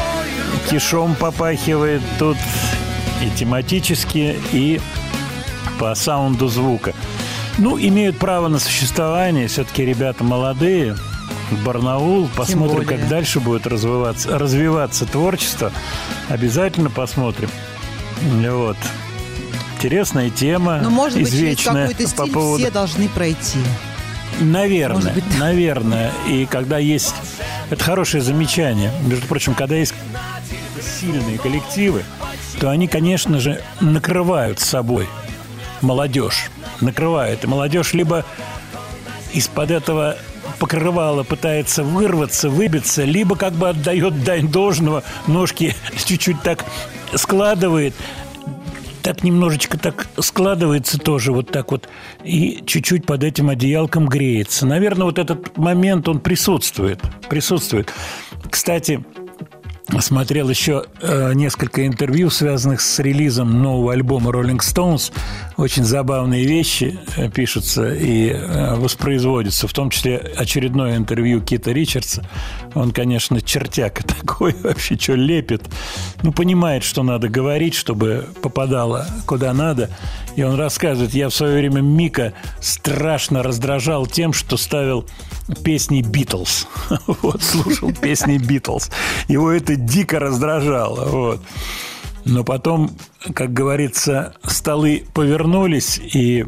Кишом попахивает тут и тематически, и по саунду звука. Ну, имеют право на существование. Все-таки ребята молодые. Барнаул. Посмотрим, как дальше будет развиваться творчество. Обязательно посмотрим. Вот. Интересная тема. Но, может быть, через извечная какой-то стиль по поводу... все должны пройти. Наверное, быть, да. наверное. И когда есть... Это хорошее замечание. Между прочим, когда есть сильные коллективы, то они, конечно же, накрывают собой молодежь. Накрывают. И молодежь либо из-под этого покрывала пытается вырваться, выбиться, либо как бы отдает дань должного, ножки чуть-чуть так складывает, так немножечко так складывается тоже вот так вот и чуть-чуть под этим одеялком греется. Наверное, вот этот момент, он присутствует. Кстати, смотрел еще несколько интервью, связанных с релизом нового альбома Rolling Stones. Очень забавные вещи пишутся и воспроизводятся, в том числе очередное интервью Кита Ричардса. Он, конечно, чертяка такой, вообще что лепит. Ну, понимает, что надо говорить, чтобы попадало куда надо. И он рассказывает, я в свое время Мика страшно раздражал тем, что ставил песни Битлз. Вот, слушал песни Битлз. Его это дико раздражало. Вот. Но потом, как говорится, столы повернулись, и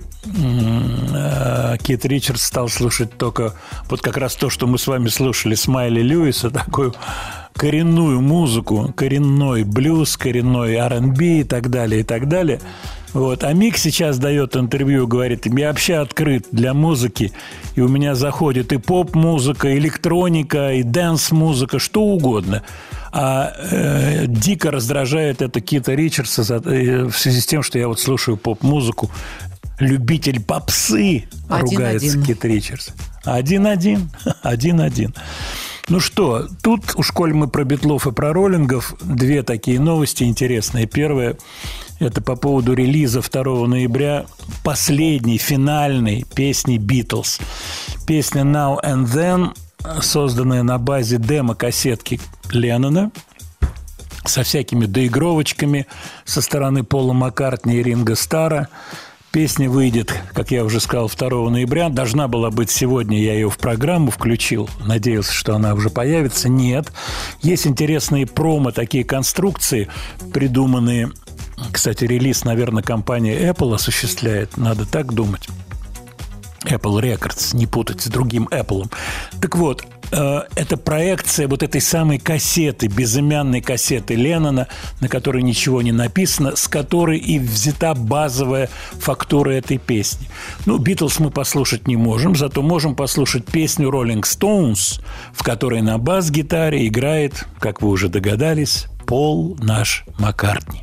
Кит Ричардс стал слушать только вот как раз то, что мы с вами слушали, Смайли Льюиса, такую коренную музыку, коренной блюз, коренной R&B и так далее, и так далее. Вот. А Мик сейчас дает интервью, говорит, я вообще открыт для музыки, и у меня заходит и поп-музыка, и электроника, и дэнс-музыка, что угодно. А дико раздражает это Кита Ричардса в связи с тем, что я вот слушаю поп-музыку. Любитель попсы, ругается Кит Ричардс. 1-1. Ну что, тут уж коль мы про Битлов и про роллингов, две такие новости интересные. Первая – это по поводу релиза 2 ноября последней, финальной песни «Битлз». Песня «Now and Then», созданная на базе демо-кассетки Леннона, со всякими доигровочками со стороны Пола Маккартни и Ринго Старра. Песня выйдет, как я уже сказал, 2 ноября. Должна была быть сегодня, я ее в программу включил. Надеялся, что она уже появится. Нет. Есть интересные промо, такие конструкции, придуманные. Кстати, релиз, наверное, компания Apple осуществляет. Надо так думать. Apple Records, не путать с другим Apple. Так вот, это проекция вот этой самой кассеты, безымянной кассеты Леннона, на которой ничего не написано, с которой и взята базовая фактура этой песни. Ну, «Битлз» мы послушать не можем, зато можем послушать песню «Rolling Stones», в которой на бас-гитаре играет, как вы уже догадались, Пол наш Маккартни.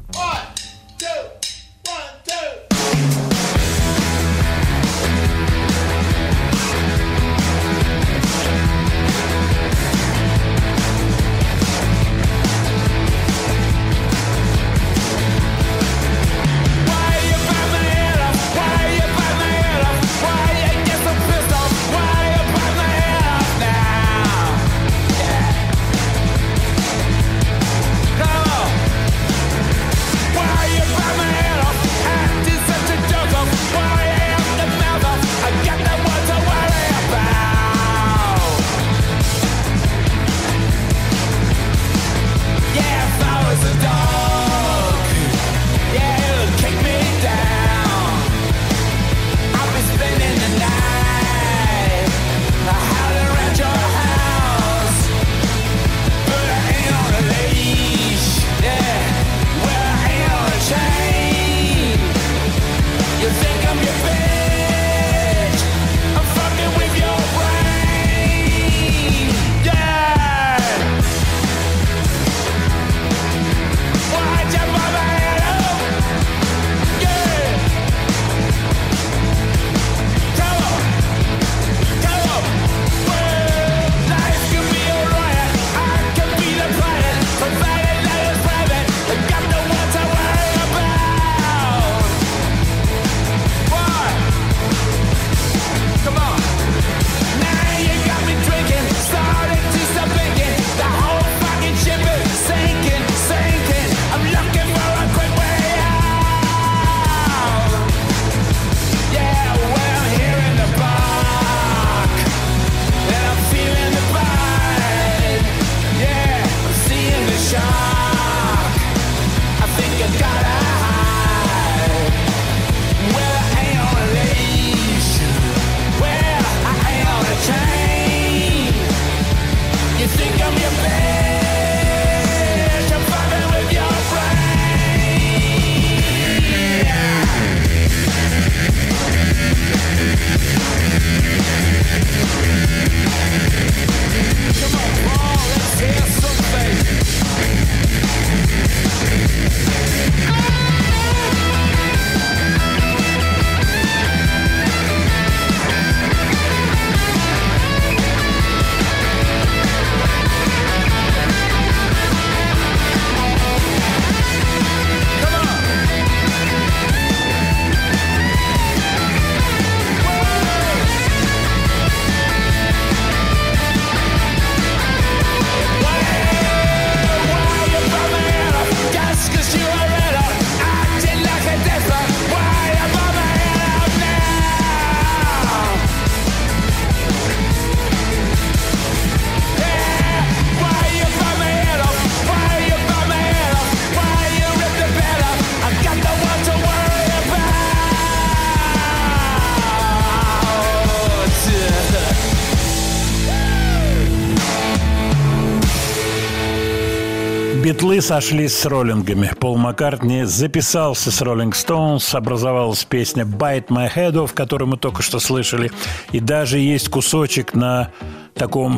Битлы сошлись с роллингами. Пол Маккартни записался с Роллинг Стоунс. Образовалась песня «Bite My Head Off», которую мы только что слышали. И даже есть кусочек на таком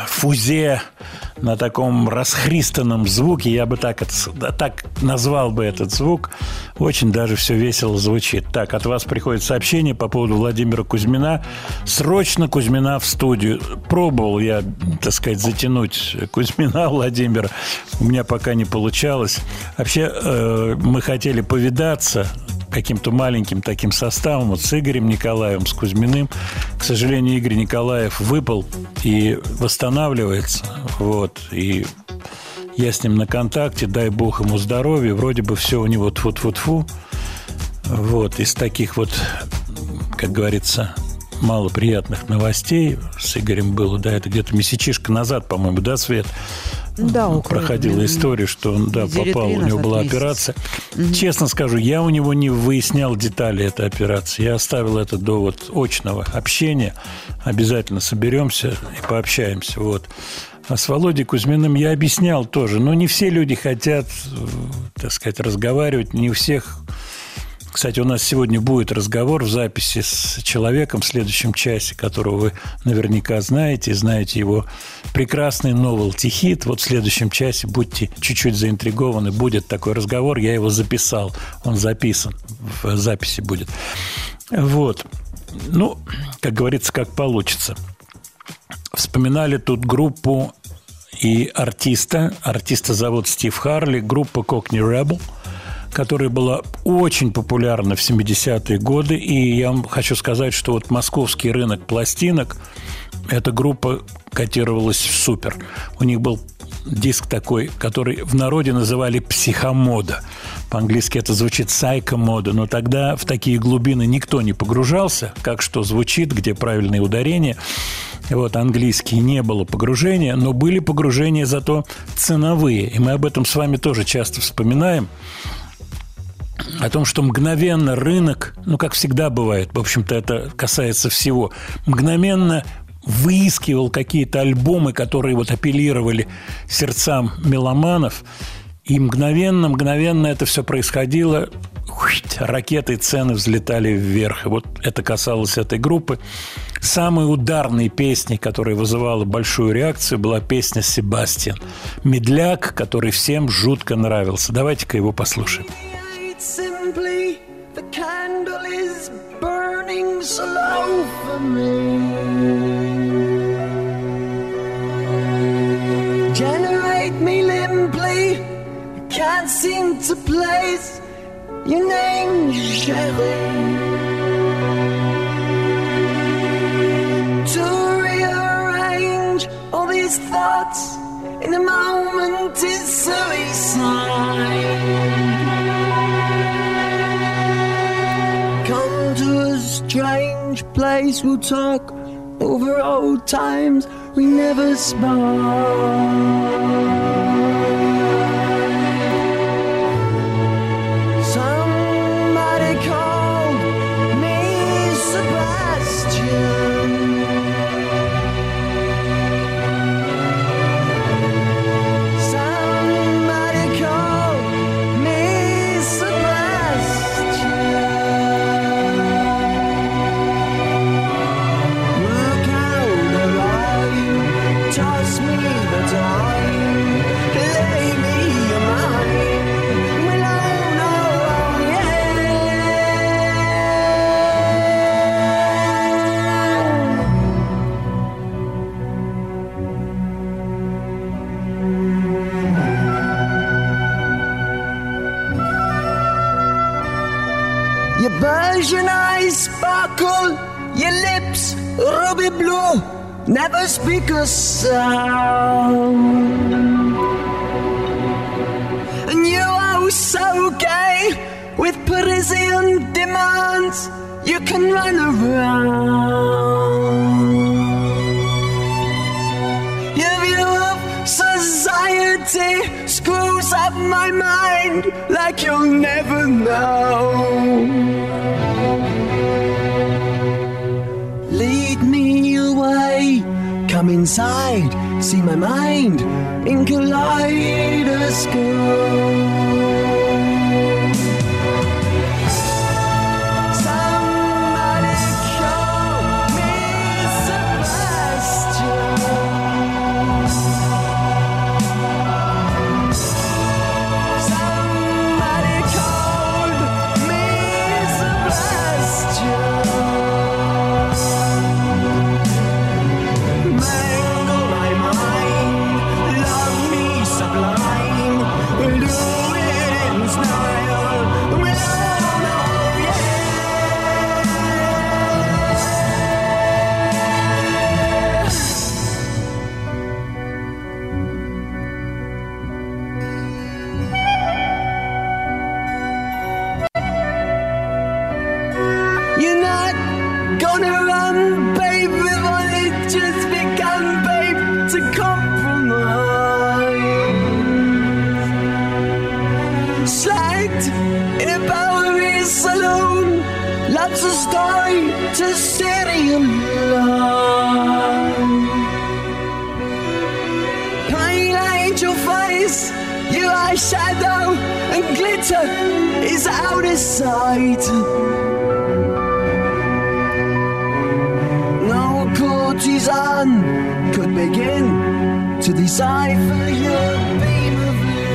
фузе, на таком расхристанном звуке. Я бы так назвал бы этот звук. Очень даже все весело звучит. Так, от вас приходит сообщение по поводу Владимира Кузьмина. Срочно Кузьмина в студию. Пробовал я, так сказать, затянуть Кузьмина Владимира. У меня пока не получалось. Вообще, мы хотели повидаться каким-то маленьким таким составом, вот с Игорем Николаевым, с Кузьминым. К сожалению, Игорь Николаев выпал и восстанавливается. Вот. И я с ним на контакте, дай бог ему здоровья. Вроде бы все у него тьфу-тьфу-тьфу. Вот. Из таких вот, как говорится, малоприятных новостей с Игорем было, да, это где-то месячишко назад, по-моему, да, Свет? Да, проходила история, что он, да, попал, у него была операция. Честно скажу, я у него не выяснял детали этой операции. Я оставил это до вот очного общения. Обязательно соберемся и пообщаемся. Вот. А с Володей Кузьминым я объяснял тоже. Но не все люди хотят, так сказать, разговаривать. Не у всех. Кстати, у нас сегодня будет разговор в записи с человеком в следующем часе, которого вы наверняка знаете, знаете его прекрасный новелти-хит. Вот в следующем часе будьте чуть-чуть заинтригованы. Будет такой разговор, я его записал. Он записан, в записи будет. Вот. Ну, как говорится, как получится. Вспоминали тут группу и артиста. Артиста зовут Стив Харли, группа Cockney Rebel, которая была очень популярна в 70-е годы. И я вам хочу сказать, что вот московский рынок пластинок, эта группа котировалась в супер. У них был диск такой, который в народе называли «психомода». По-английски это звучит «сайкомода», но тогда в такие глубины никто не погружался, как что звучит, где правильные ударения. Вот, английский не было погружения, но были погружения зато ценовые. И мы об этом с вами тоже часто вспоминаем. О том, что мгновенно рынок, ну, как всегда бывает, в общем-то, это касается всего, мгновенно выискивал какие-то альбомы, которые вот апеллировали сердцам меломанов, и мгновенно это все происходило, ракетой цены взлетали вверх. И вот это касалось этой группы. Самой ударной песней, которая вызывала большую реакцию, была песня «Себастьян». Медляк, который всем жутко нравился. Давайте-ка его послушаем. Simply, the candle is burning slow for me. Generate me limply, I can't seem to place your name, Cherie. To rearrange all these thoughts in a moment is suicide. Come to a strange place, we'll talk over old times we never spoke. Somebody called me Sebastian. Virgin eyes sparkle, your lips ruby blue, never speak a sound. And you are so gay with Parisian demands, you can run around. Your view of society screws up my mind like you'll never know. Lead me away, come inside, see my mind in kaleidoscope. To serial love. Pale angel face, your eyeshadow and glitter is out of sight. No courtesan could begin to decipher your beam of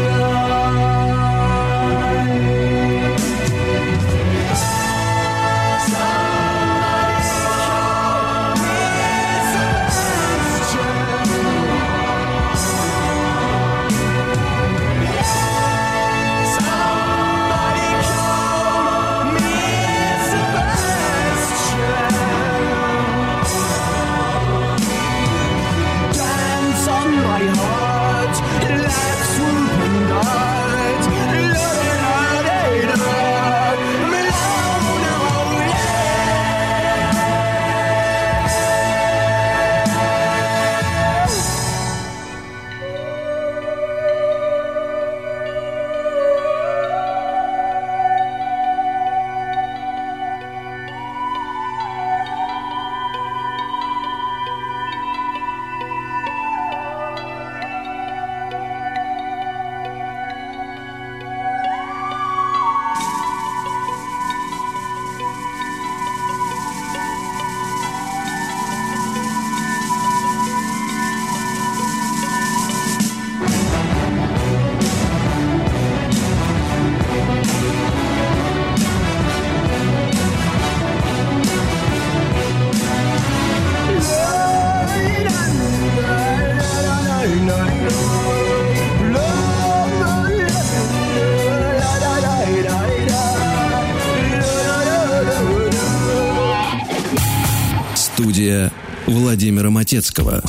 Студия Владимира Матецкого.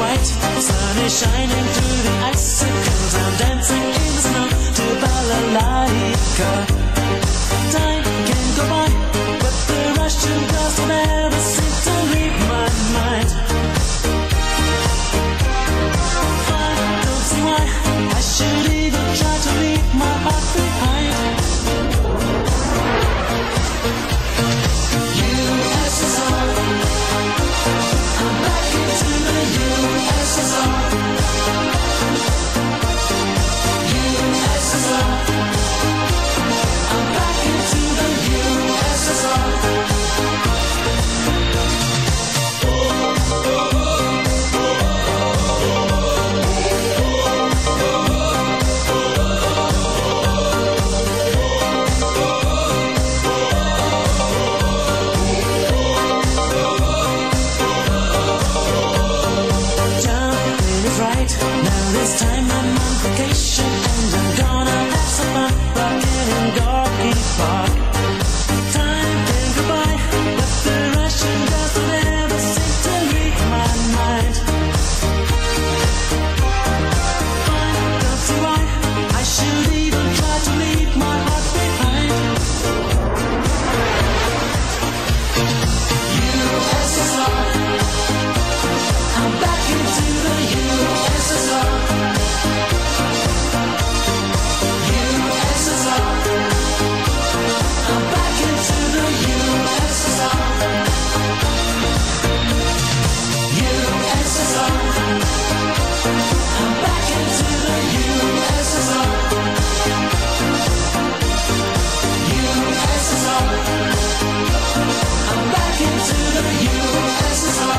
bright, sun is shining through the icicles. I'm dancing in the snow to balalaika. Time can go by, but the Russian girls don't ever seem to leave my mind. I don't see why I should even try to leave my heart behind. USSR, I'm back into the USSR. USSR, I'm back into the USSR. Jumping is right. Now this time I'm on vacation and I'm gonna have some fun rocking in Gorky Park. Time can go by, but the Russian girls don't ever seem to leave my mind. I don't see why I should even try to leave my heart behind. USSR, I'm back into the USSR. USSR, I'm back into the USSR. USSR, I'm back into the USSR. USSR, I'm back into the USSR.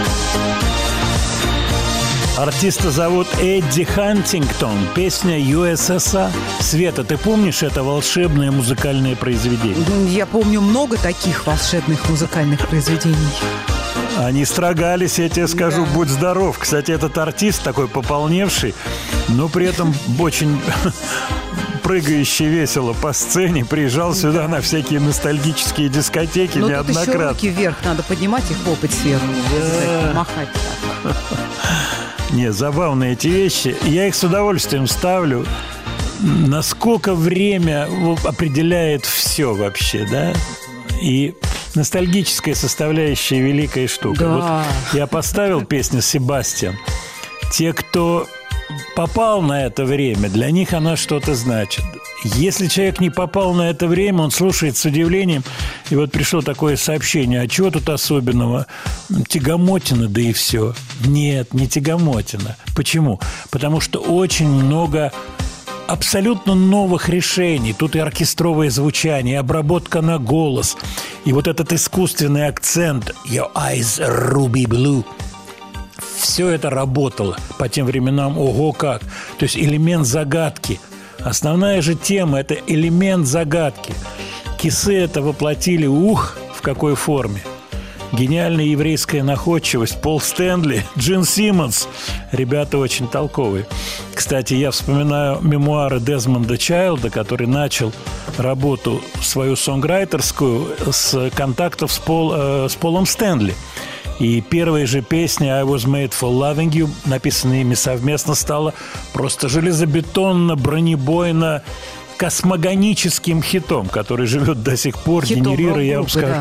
Артиста зовут Эдди Хантингтон. Песня USSR. Света, ты помнишь это волшебное музыкальное произведение? Я помню много таких волшебных музыкальных произведений. Они строгались, я тебе скажу, Да. будь здоров. Кстати, этот артист такой пополневший, но при этом очень прыгающий весело по сцене, приезжал сюда на всякие ностальгические дискотеки Но тут еще неоднократно. руки вверх, надо поднимать и хлопать сверху. Обязательно махать так. Не, забавные эти вещи. Я их с удовольствием ставлю. Насколько время определяет все вообще, да? И ностальгическая составляющая великая штука. Да. Вот я поставил песню «Себастьян». Те, кто попал на это время, для них она что-то значит. Если человек не попал на это время, он слушает с удивлением. И вот пришло такое сообщение: а чего тут особенного? Тягомотина, да и все. Нет, не тягомотина. Почему? Потому что очень много абсолютно новых решений. Тут и оркестровое звучание, и обработка на голос, и вот этот искусственный акцент «Your eyes are ruby blue». Все это работало по тем временам, ого как. То есть элемент загадки. Основная же тема – это элемент загадки. Кисы это воплотили, в какой форме. Гениальная еврейская находчивость. Пол Стэнли, Джин Симмонс. Ребята очень толковые. Кстати, я вспоминаю мемуары Дезмонда Чайлда, который начал работу свою сонграйтерскую с контактов с Полом Стэнли. И первая же песня «I was made for loving you», написанная ими совместно, стала просто железобетонно-бронебойно космогоническим хитом, который живет до сих пор, Хитом генерируя, я вам рок-группы, скажу.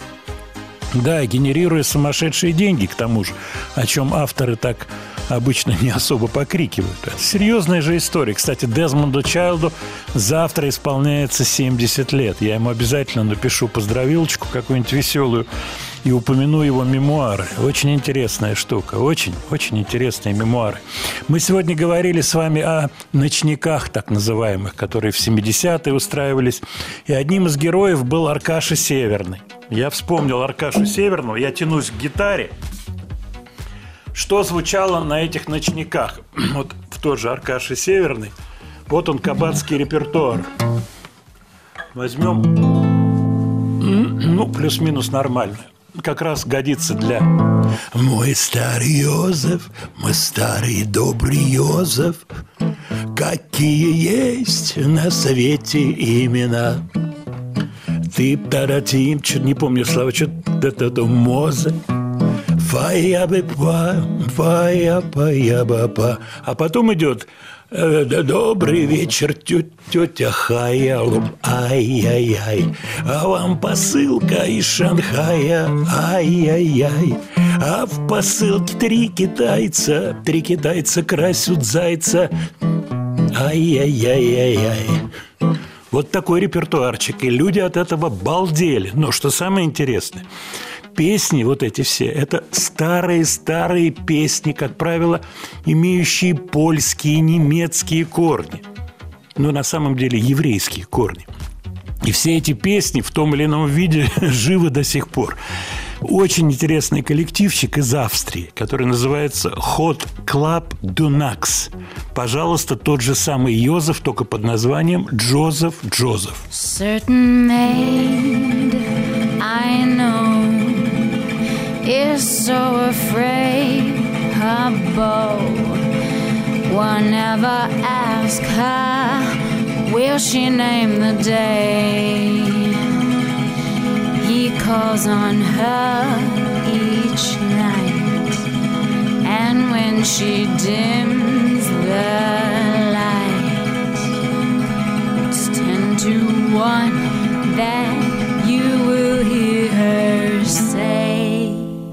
Да, генерируя сумасшедшие деньги, к тому же, о чем авторы так обычно не особо покрикивают. Это серьезная же история. Кстати, Дезмонду Чайлду завтра исполняется 70 лет. Я ему обязательно напишу поздравилочку какую-нибудь веселую и упомяну его мемуары. Очень интересная штука. Очень, очень интересные мемуары. Мы сегодня говорили с вами о ночниках, так называемых, которые в 70-е устраивались. И одним из героев был Аркаша Северный. Я вспомнил Аркашу Северного. Я тянусь к гитаре. Что звучало на этих ночниках? Вот в тот же Аркаше Северный. Вот он, кабацкий репертуар. Возьмем, ну, плюс-минус нормально. Как раз годится для... Мой старый Йозеф, мой старый добрый Йозеф, какие есть на свете имена. Ты таратим, не помню слова, что-то Мозе, Фая-па-я-па-я-ба-па. А потом идет добрый вечер, тетя Хая. Ай-яй-яй. А вам посылка из Шанхая. Ай-яй-яй. А в посылке 3 китайца. 3 китайца красят зайца. Ай-яй-яй-яй-яй. Вот такой репертуарчик. И люди от этого балдели. Но что самое интересное, песни вот эти все, это старые-старые песни, как правило, имеющие польские, немецкие корни. Но на самом деле еврейские корни. И все эти песни в том или ином виде живы до сих пор. Очень интересный коллективчик из Австрии, который называется Hot Club Dunax. Пожалуйста, тот же самый Йозеф, только под названием Джозеф Джозеф. Certain maid I know is so afraid her beau will never ask her, will she name the day? He calls on her each night, and when she dims the light, it's 10 to 1 that you will hear her say.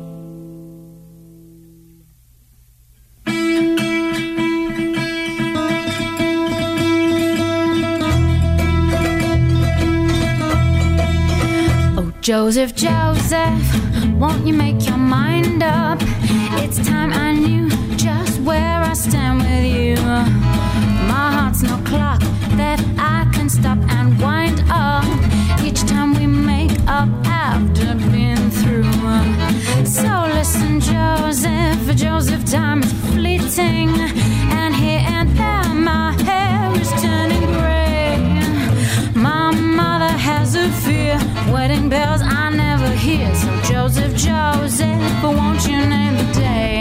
Joseph, Joseph, won't you make your mind up? It's time I knew just where I stand with you. My heart's no clock that I can stop and wind up each time we make up after being through. So listen, Joseph, Joseph, time is fleeting, and here and there my hair is turning gray. My mother has a fear, wedding bells I never hear. So Joseph, Joseph, won't you name the day?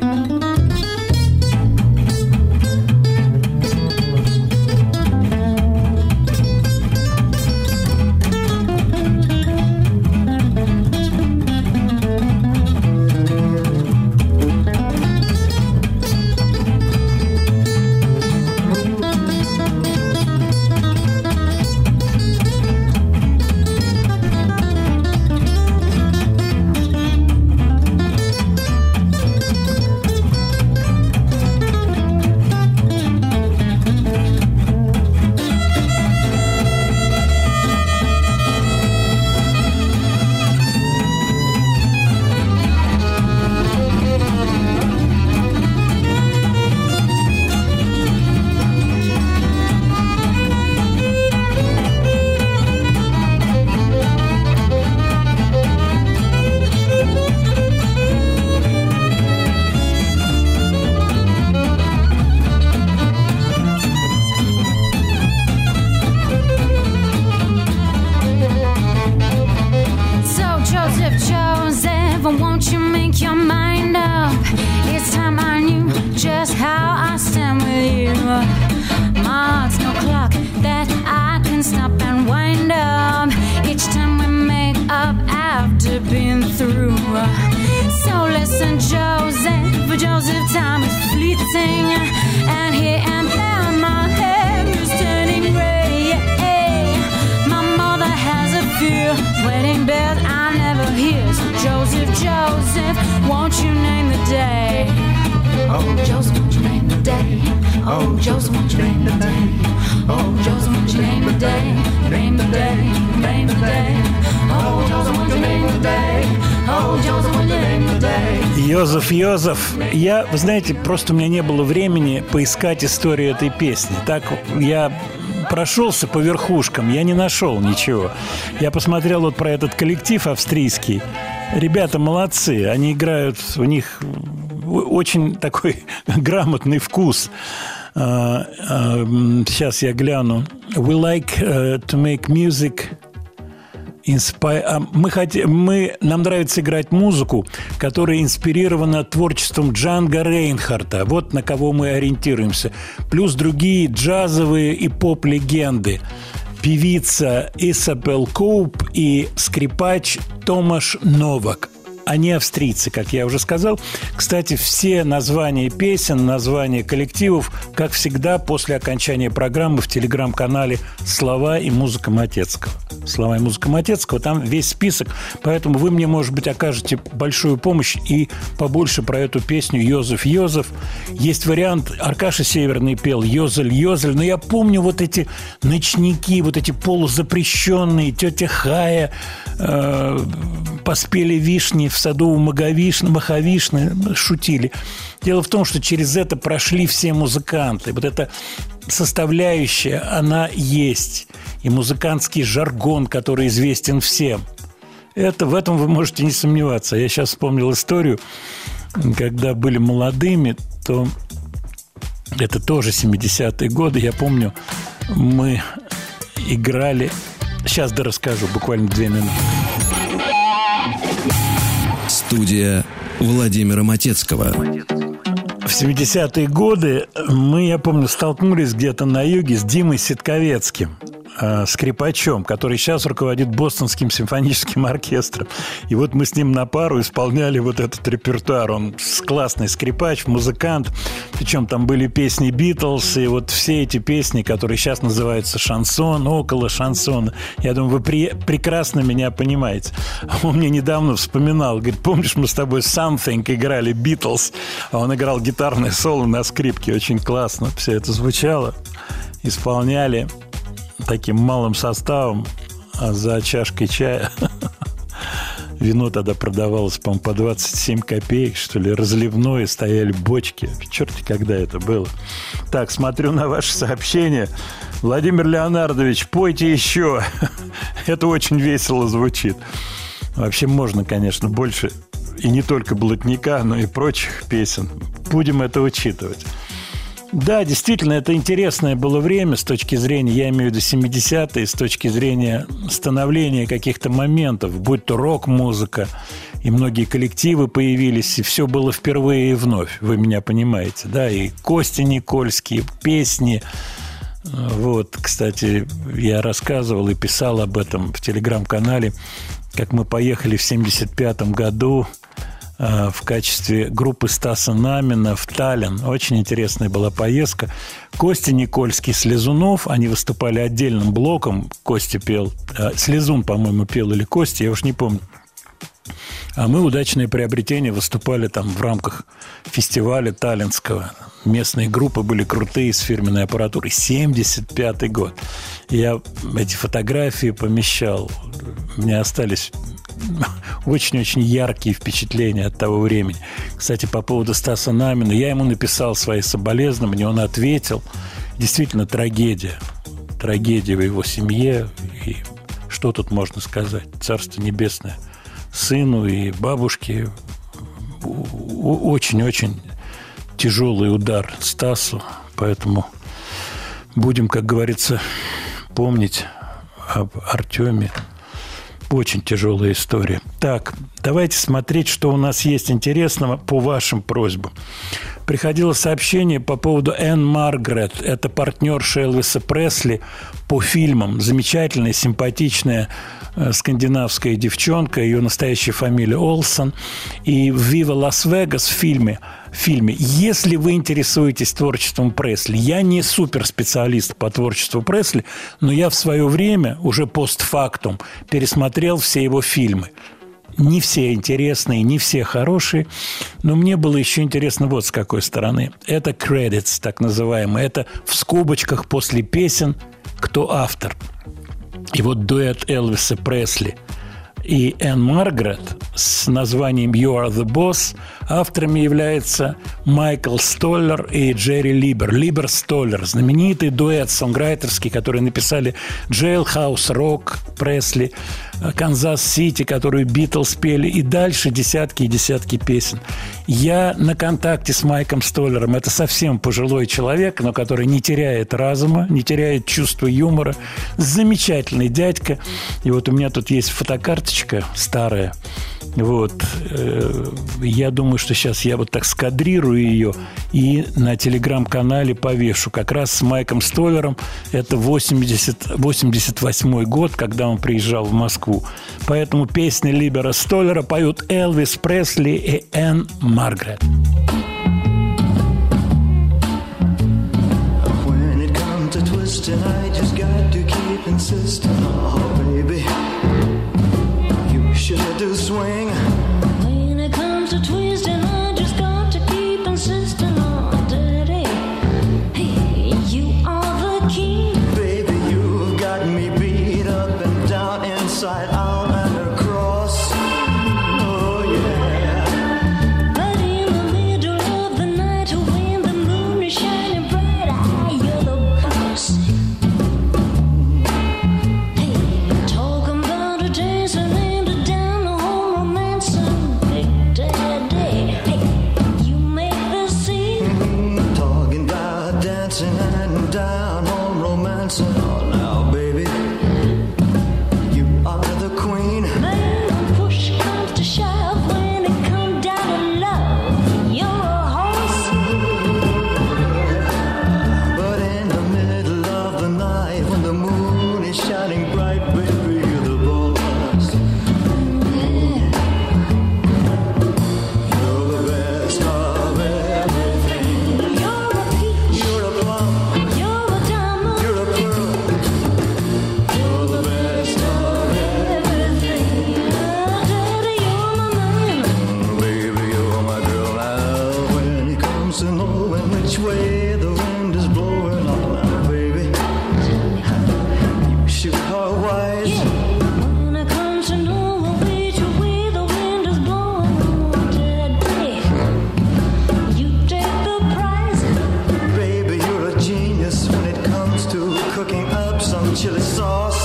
Йозеф, вы знаете, просто у меня не было времени поискать историю этой песни. Так я прошелся по верхушкам, я не нашел ничего. Я посмотрел вот про этот коллектив австрийский. Ребята молодцы, они играют, у них очень такой грамотный вкус. Сейчас я гляну. We like to make music. Нам нравится играть музыку, которая инспирирована творчеством Джанго Рейнхарта. Вот на кого мы ориентируемся. Плюс другие джазовые и поп-легенды. Певица Исабел Коуп и скрипач Томаш Новак. они австрийцы, как я уже сказал. Кстати, все названия песен, названия коллективов, как всегда, после окончания программы в телеграм-канале «Слова и музыка Матецкого». «Слова и музыка Матецкого», там весь список, поэтому вы мне, может быть, окажете большую помощь и побольше про эту песню «Йозеф, Йозеф». Есть вариант, Аркаша Северный пел «Йозель, Йозель», но я помню вот эти ночники, вот эти полузапрещенные, тетя Хая, поспели вишни в саду у Маховишны, шутили. Дело в том, что через это прошли все музыканты. Вот эта составляющая, она есть. И музыкантский жаргон, который известен всем. В этом вы можете не сомневаться. Я сейчас вспомнил историю, когда были молодыми, то это тоже 70-е годы. Я помню, мы играли... Сейчас расскажу, буквально 2 минуты. Студия Владимира Матецкого. В 70-е годы мы, я помню, столкнулись где-то на юге с Димой Ситковецким, скрипачом, который сейчас руководит Бостонским симфоническим оркестром. И вот мы с ним на пару исполняли вот этот репертуар. Он классный скрипач, музыкант. Причем там были песни Битлз, и вот все эти песни, которые сейчас называются шансон, около шансона. Я думаю, вы прекрасно меня понимаете. Он мне недавно вспоминал, говорит, помнишь, мы с тобой Something играли Битлз, а он играл гитарное соло на скрипке. Очень классно все это звучало. Исполняли таким малым составом, а за чашкой чая вино тогда продавалось, по-моему, по 27 копеек, что ли, разливное, стояли бочки. Черти, когда это было. Так, смотрю на ваши сообщения. Владимир Леонардович, пойте еще. Это очень весело звучит. Вообще можно, конечно, больше и не только блатника, но и прочих песен. Будем это учитывать. Да, действительно, это интересное было время с точки зрения, я имею в виду 70-е, с точки зрения становления каких-то моментов, будь то рок-музыка, и многие коллективы появились, и все было впервые и вновь, вы меня понимаете, да, и Костя Никольский, песни. Вот, кстати, я рассказывал и писал об этом в телеграм-канале, как мы поехали в 75-м году в качестве группы Стаса Намина в Таллин. Очень интересная была поездка. Костя Никольский, Слезунов, они выступали отдельным блоком. Костя пел, Слезун, по-моему, пел, или Костя, я уж не помню. А мы, удачное приобретение, выступали там в рамках фестиваля таллинского. Местные группы были крутые с фирменной аппаратурой. 75-й год. Я эти фотографии помещал. У меня остались очень-очень яркие впечатления от того времени. Кстати, по поводу Стаса Намина, я ему написал свои соболезнования, он ответил. Действительно, трагедия. Трагедия в его семье. И что тут можно сказать? Царство небесное сыну и бабушке. Очень-очень тяжелый удар Стасу. Поэтому будем, как говорится, помнить об Артеме. Очень тяжелая история. Так, давайте смотреть, что у нас есть интересного по вашим просьбам. Приходило сообщение по поводу Энн Маргарет. Это партнерша Элвиса Пресли по фильмам. Замечательная, симпатичная скандинавская девчонка. Ее настоящая фамилия Олсон. И в «Вива Лас-Вегас» в фильме. Если вы интересуетесь творчеством Пресли, я не суперспециалист по творчеству Пресли, но я в свое время, уже постфактум, пересмотрел все его фильмы. Не все интересные, не все хорошие, но мне было еще интересно вот с какой стороны. Это credits, так называемые. Это в скобочках после песен, кто автор. И вот дуэт Элвиса Пресли и Энн Маргарет с названием «You are the Boss» авторами являются Майкл Столлер и Джерри Либер. Либер-Столлер – знаменитый дуэт сонграйтерский, который написали «Jailhouse Rock» Пресли, «Канзас-Сити», которую Битлз пели, и дальше десятки и десятки песен. Я на контакте с Майком Столлером. Это совсем пожилой человек, но который не теряет разума, не теряет чувства юмора. Замечательный дядька. И вот у меня тут есть фотокарточка старая, Вот. Я думаю, что сейчас я вот так скадрирую ее и на телеграм-канале повешу. Как раз с Майком Столлером. Это 88 год, когда он приезжал в Москву. Поэтому песни Либера Столлера поют Элвис Пресли и Энн Маргарет. And I just got to keep insisting, oh baby, you should do swing. When it comes to twisting, I just got to keep insisting, oh daddy, hey, you are the king. Baby, you've got me beat up and down, inside out and across. Oh yeah. But in the middle of the night, when the moon is shining bright, you're the boss. And down home romancing. Oh, now, baby, you are the queen. Man, push comes to shove when it comes down to love. You're a horse. But in the middle of the night, when the moon is shining bright, baby, you're the boss. You're the best of everything. You're a peach. You're a plum. Way the wind is blowing on now, baby. You shoot her wise. Yeah. When it comes to knowing which way the wind is blowing on, daddy, you take the prize. Baby, you're a genius when it comes to cooking up some chili sauce.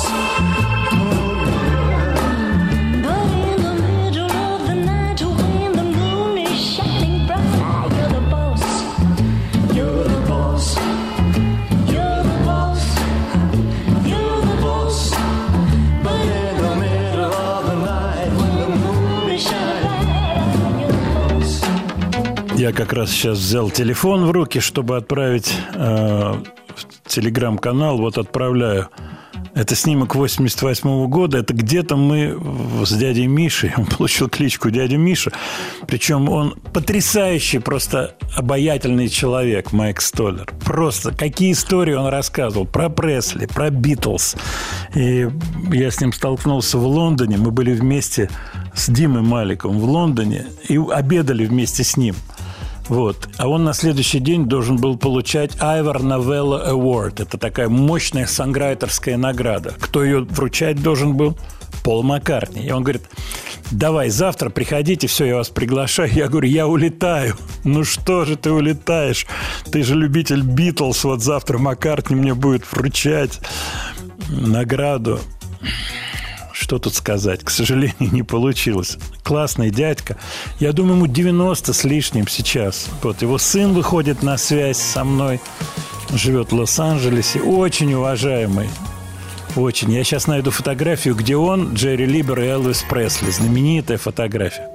Я как раз сейчас взял телефон в руки, чтобы отправить в телеграм-канал. Вот отправляю. Это снимок 88 года. Это где-то мы с дядей Мишей. Он получил кличку дядя Миша. Причем он потрясающий, просто обаятельный человек, Майк Столлер. Просто какие истории он рассказывал про Пресли, про Битлз. И я с ним столкнулся в Лондоне. Мы были вместе с Димой Маликом в Лондоне и обедали вместе с ним. Вот. А он на следующий день должен был получать Ivor Novello Award. Это такая мощная сонграйтерская награда. Кто ее вручать должен был? Пол Маккартни. И он говорит: давай, завтра приходите, все, я вас приглашаю. Я говорю: я улетаю. Ну что же ты улетаешь? Ты же любитель Битлз. Вот завтра Маккартни мне будет вручать награду. Что тут сказать? К сожалению, не получилось. Классный дядька. Я думаю, ему 90 с лишним сейчас. Вот его сын выходит на связь со мной. Живет в Лос-Анджелесе. Очень уважаемый. Очень. Я сейчас найду фотографию, где он, Джерри Либер и Элвис Пресли. Знаменитая фотография.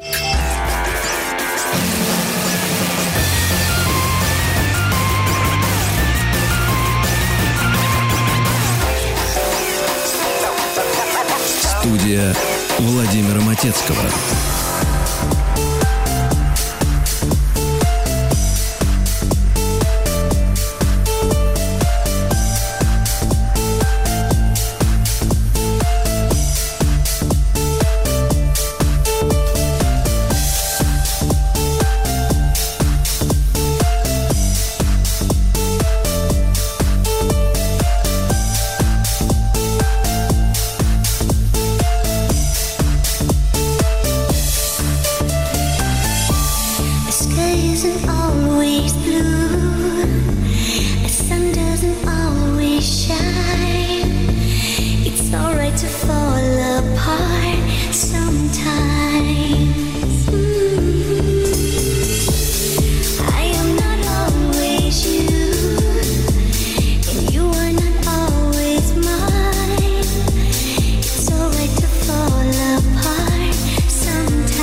Студия Владимира Матецкого. Sometimes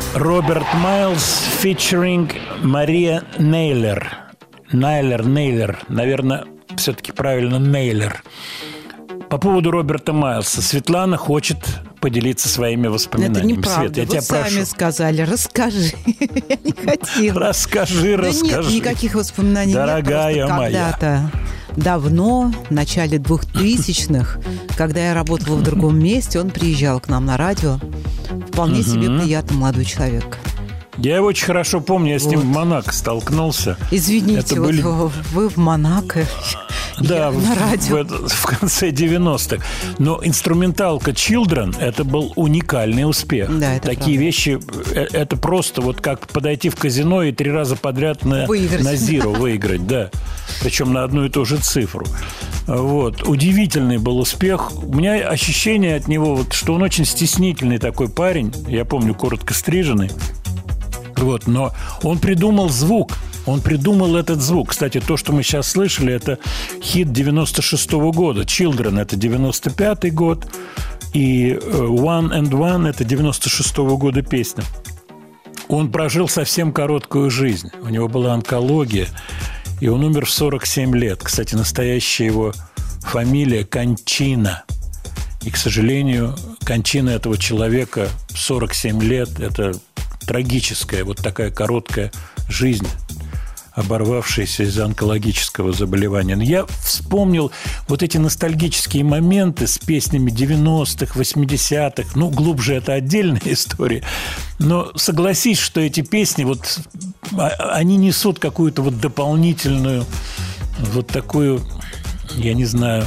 Роберт Майлз featuring Мария Нейлер. Нейлер. Наверное, все-таки правильно Нейлер. По поводу Роберта Майлза. Светлана хочет поделиться своими воспоминаниями. Это неправда. Свет, я тебя сами прошу. сказали. Расскажи. Я не хотела. Расскажи. Да нет никаких воспоминаний. Дорогая нет, моя. Когда-то давно, в начале 2000-х, когда я работала в другом месте, он приезжал к нам на радио. Вполне себе приятный молодой человек. Я его очень хорошо помню, я с ним в Монако столкнулся. Извините, вы в Монако. Да, на радио. в конце 90-х. Но инструменталка Children – это был уникальный успех. Да, это такие правда. вещи, это просто вот как подойти в казино и 3 раза подряд на зиро выиграть, да. Причем на одну и ту же цифру. Вот. Удивительный был успех. У меня ощущение от него, вот, что он очень стеснительный такой парень. Я помню, коротко стриженный. Вот, но он придумал звук. Он придумал этот звук. Кстати, то, что мы сейчас слышали, это хит 96-го года. Children – это 95-й год. И One and One – это 96-го года песня. Он прожил совсем короткую жизнь. У него была онкология. И он умер в 47 лет. Кстати, настоящая его фамилия Кончина. И, к сожалению, кончина этого человека 47 лет – это трагическая, вот такая короткая жизнь, оборвавшаяся из-за онкологического заболевания. Но я вспомнил вот эти ностальгические моменты с песнями 90-х, 80-х. Ну, глубже это отдельная история. Но согласись, что эти песни, вот, они несут какую-то вот дополнительную, вот такую, я не знаю,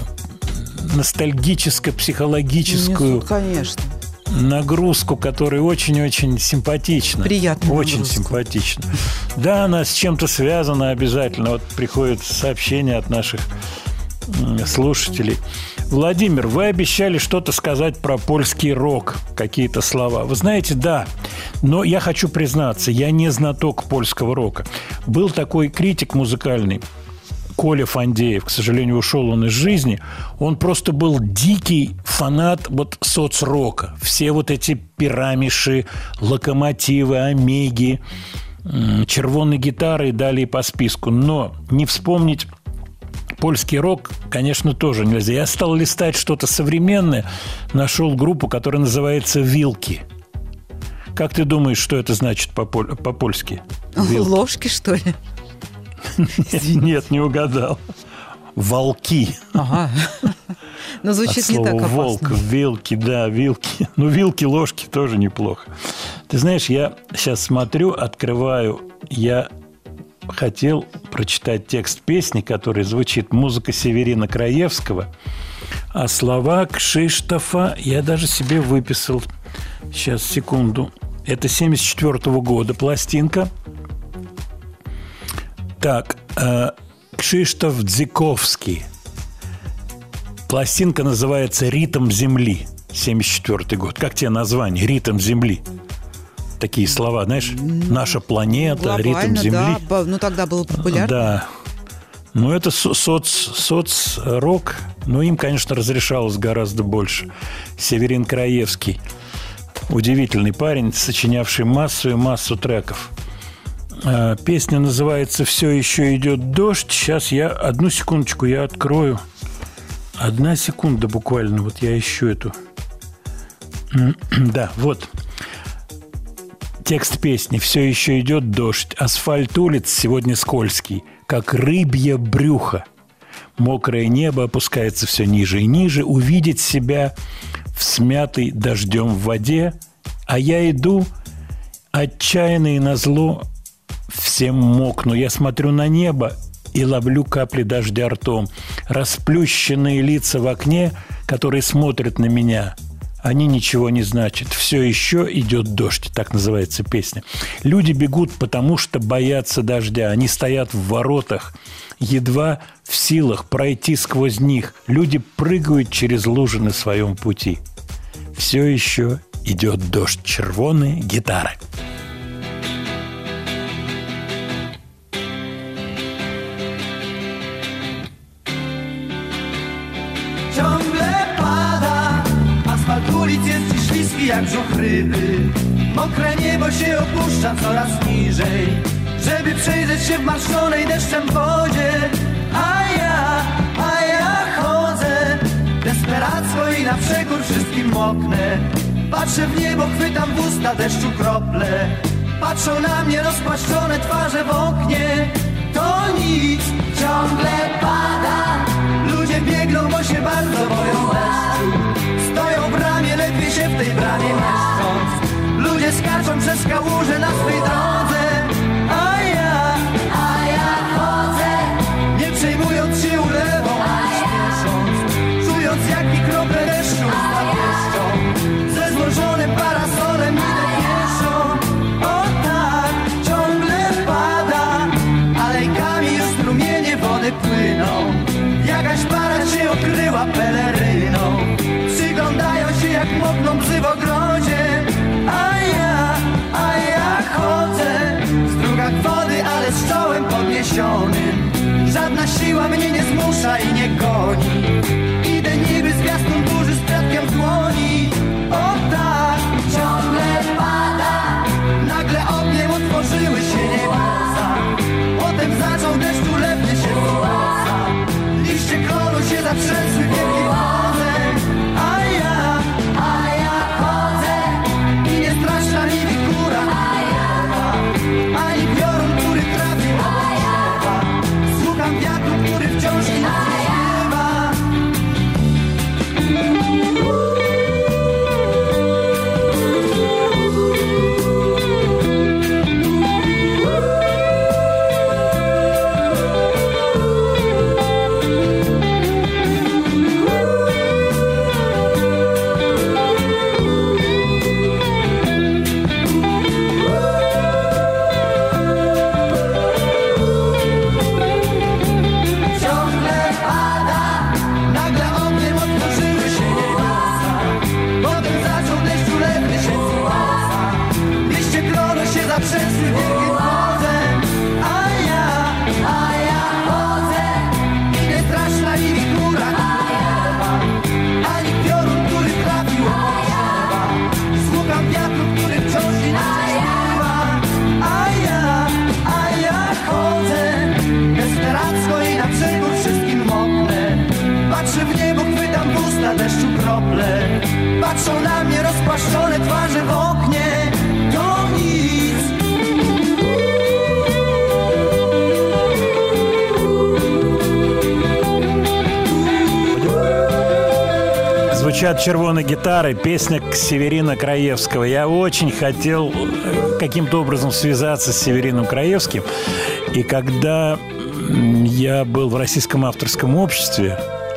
ностальгическо-психологическую... Несут, конечно. Нагрузку, которая очень-очень симпатична. Приятная очень нагрузка. симпатична. Да, она с чем-то связана обязательно. Вот приходят сообщения от наших слушателей. Владимир, вы обещали что-то сказать про польский рок, какие-то слова. Вы знаете, да, но я хочу признаться, я не знаток польского рока. Был такой критик музыкальный, Коля Фандеев, к сожалению, ушел он из жизни. Он просто был дикий фанат вот соцрока. Все вот эти пирамиши, локомотивы, омеги, червоные гитары и далее по списку. Но не вспомнить польский рок, конечно, тоже нельзя. Я стал листать что-то современное, нашел группу, которая называется «Вилки». Как ты думаешь, что это значит по-польски? Вилки. Ложки, что ли? Нет, не угадал. Волки. Ага. Но звучит не так опасно. Волк, вилки, да, вилки. Ну, вилки, ложки тоже неплохо. Ты знаешь, я сейчас смотрю, открываю. Я хотел прочитать текст песни, который звучит. Музыка Северина Краевского. А слова Кшиштофа я даже себе выписал. Сейчас, секунду. Это 74-го года пластинка. Так, Кшиштоф Дзиковский. Пластинка называется «Ритм земли», 74-й год. Как тебе название? «Ритм земли». Такие слова, знаешь? «Наша планета», «Ритм земли». Да, ну тогда было популярно. Да. Ну, это соцрок. Но им, конечно, разрешалось гораздо больше. Северин Краевский. Удивительный парень, сочинявший массу и массу треков. Песня называется «Все еще идет дождь». Сейчас одну секундочку, я открою. 1 секунда буквально. Вот я ищу эту. Да, вот. Текст песни. «Все еще идет дождь. Асфальт улиц сегодня скользкий, как рыбье брюхо. Мокрое небо опускается все ниже и ниже. Увидеть себя в смятой дождем в воде. А я иду, отчаянный назло, всем мокну. Я смотрю на небо и ловлю капли дождя ртом. Расплющенные лица в окне, которые смотрят на меня, они ничего не значат. Все еще идет дождь». Так называется песня. Люди бегут, потому что боятся дождя. Они стоят в воротах, едва в силах пройти сквозь них. Люди прыгают через лужи на своем пути. Все еще идет дождь. Червоные гитары. Ciągle pada, asfalt ulic jest dziś śliski. brzegi jak brzuch ryby. Mokre niebo się opuszcza coraz niżej, żeby przejrzeć się w marszczonej deszczem wodzie. A ja chodzę desperacko i na przekór wszystkim moknę. Patrzę w niebo, chwytam w usta deszczu krople. Patrzą na mnie rozpłaszczone twarze w oknie. To nic, ciągle pada. Ludzie biegną, bo się bardzo boją deszczu. Stoją w bramie, ledwie się w tej bramie mieszcząc. Ludzie skaczą przez kałuże na swej drodze. A ja chodzę, nie przejmując się ulewą, ani śpiesząc, czując jak mi krople deszczu zapieszczą. Ze złożonym parasolem idę pieszo. O tak, ciągle pada, alejkami już strumienie wody płyną. Jakaś para się okryła peleryną. Przyglądają się jak mokną bzy w ogrodzie. A ja chodzę w strugach wody, ale z czołem podniesionym. Żadna siła mnie nie zmusza i nie goni. Idę niby zwiastun burzy z kwiatkiem w dłoni. O tak, ciągle pada. Nagle ogniem otworzyły się niebiosa. Potem zaczął deszcz ulewny się złosa. Liście klonu się zatrzęsły w wielkim wodze. A ja chodzę i nie straszna mi wikura ani piorun, który trafi obok drzewa. Słucham wiatru, który wciąż nie śpiewa. Deszczu krople, patrzą na mnie rozpłaszczone twarze w oknie. To nic. Звучат червоные гитары, песня Северина Краевского. Я очень хотел каким-то образом связаться с Северином Краевским. И когда я был в Российском авторском обществе,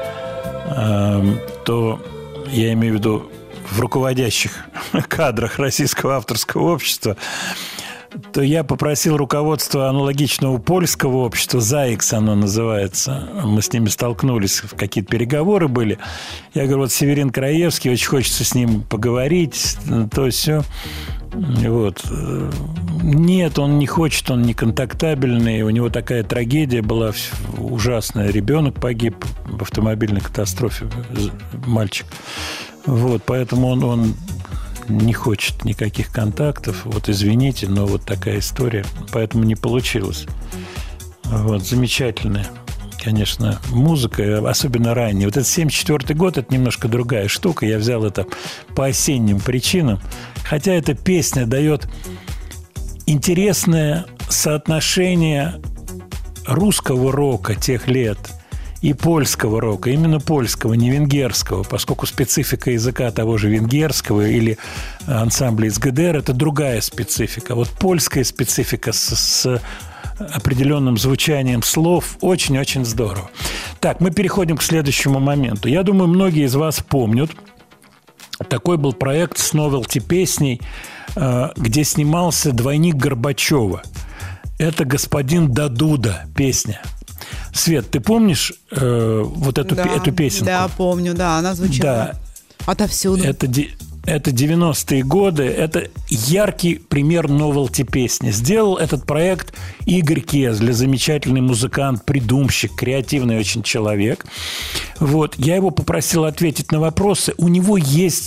то я имею в виду в руководящих кадрах Российского авторского общества, то я попросил руководство аналогичного польского общества, ЗАИКС оно называется, мы с ними столкнулись, какие-то переговоры были. Я говорю, вот Северин Краевский, очень хочется с ним поговорить, то есть все. Вот. Нет, он не хочет, он не контактабельный, у него такая трагедия была ужасная, ребенок погиб в автомобильной катастрофе, мальчик. Вот, поэтому он не хочет никаких контактов. Вот извините, но вот такая история. Поэтому не получилось. Вот, замечательная, конечно, музыка, особенно ранняя. Вот этот 74-й год, это немножко другая штука. Я взял это по осенним причинам. Хотя эта песня дает интересное соотношение русского рока тех лет и польского рока, именно польского, не венгерского, поскольку специфика языка того же венгерского или ансамбля из ГДР – это другая специфика. Вот польская специфика с определенным звучанием слов очень-очень здорово. Так, мы переходим к следующему моменту. Я думаю, многие из вас помнят, такой был проект с новелти-песней, где снимался двойник Горбачева. Это «Господин Дадуда» песня. Свет, ты помнишь вот эту песенку? Да, помню, да, она звучала отовсюду. Это 90-е годы, это яркий пример новелти-песни. Сделал этот проект Игорь Кезля, замечательный музыкант, придумщик, креативный очень человек. Вот. Я его попросил ответить на вопросы. У него есть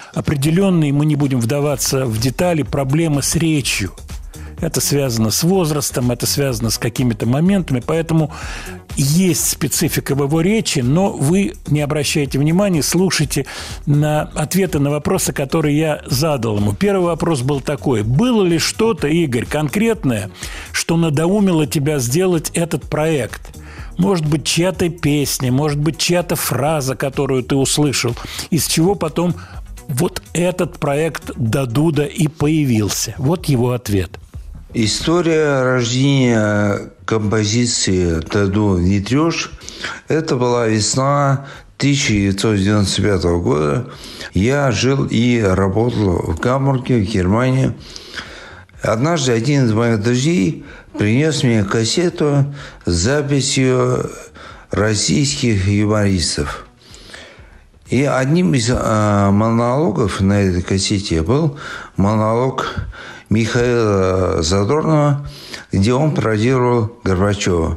определенные, мы не будем вдаваться в детали, проблемы с речью. Это связано с возрастом, это связано с какими-то моментами, поэтому есть специфика в его речи, но вы не обращайте внимания, слушайте на ответы на вопросы, которые я задал ему. Первый вопрос был такой: было ли что-то, Игорь, конкретное, что надоумило тебя сделать этот проект? Может быть, чья-то песня, может быть, чья-то фраза, которую ты услышал, из чего потом вот этот проект «Дадуда» и появился. Вот его ответ. История рождения композиции «Даду не трешь» – это была весна 1995 года. Я жил и работал в Гамбурге, в Германии. Однажды один из моих друзей принес мне кассету с записью российских юмористов. И одним из монологов на этой кассете был монолог Михаила Задорнова, где он пародировал Горбачева.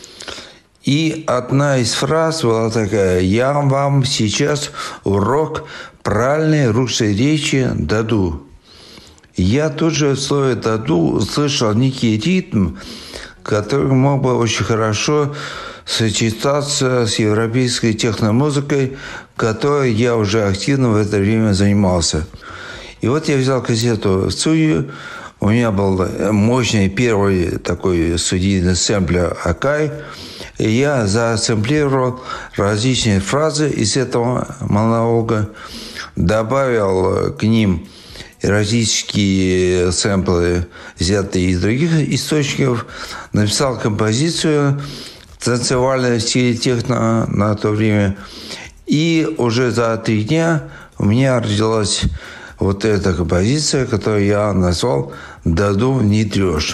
И одна из фраз была такая: «Я вам сейчас урок правильной русской речи даду». Я тут же в слове «даду» услышал некий ритм, который мог бы очень хорошо сочетаться с европейской техномузыкой, которой я уже активно в это время занимался. И вот я взял кассету в студию. У меня был мощный первый такой студийный сэмплер «Акай». И я засэмплировал различные фразы из этого монолога, добавил к ним эротические сэмплы, взятые из других источников, написал композицию танцевальную в стиле техно на то время. И уже за 3 дня у меня родилась вот эта композиция, которую я назвал «Даду не трешь».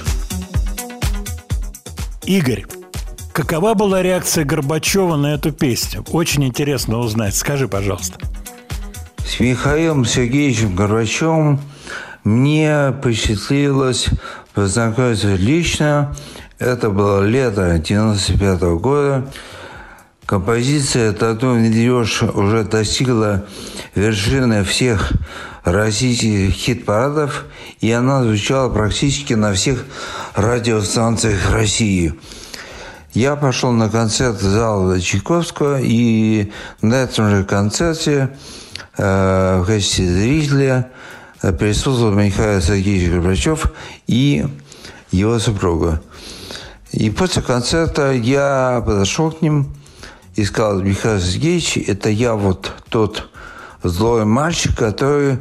Игорь, какова была реакция Горбачева на эту песню? Очень интересно узнать. Скажи, пожалуйста. С Михаилом Сергеевичем Горбачевым мне посчастливилось познакомиться лично. Это было лето 1995 года. Композиция «Даду не трешь» уже достигла вершины всех российских хит-парадов, и она звучала практически на всех радиостанциях России. Я пошел на концерт в зал Чайковского, и на этом же концерте в качестве зрителя присутствовал Михаил Сергеевич Горбачев и его супруга. И после концерта я подошел к ним и сказал: Михаил Сергеевич, это я вот тот злой мальчик, который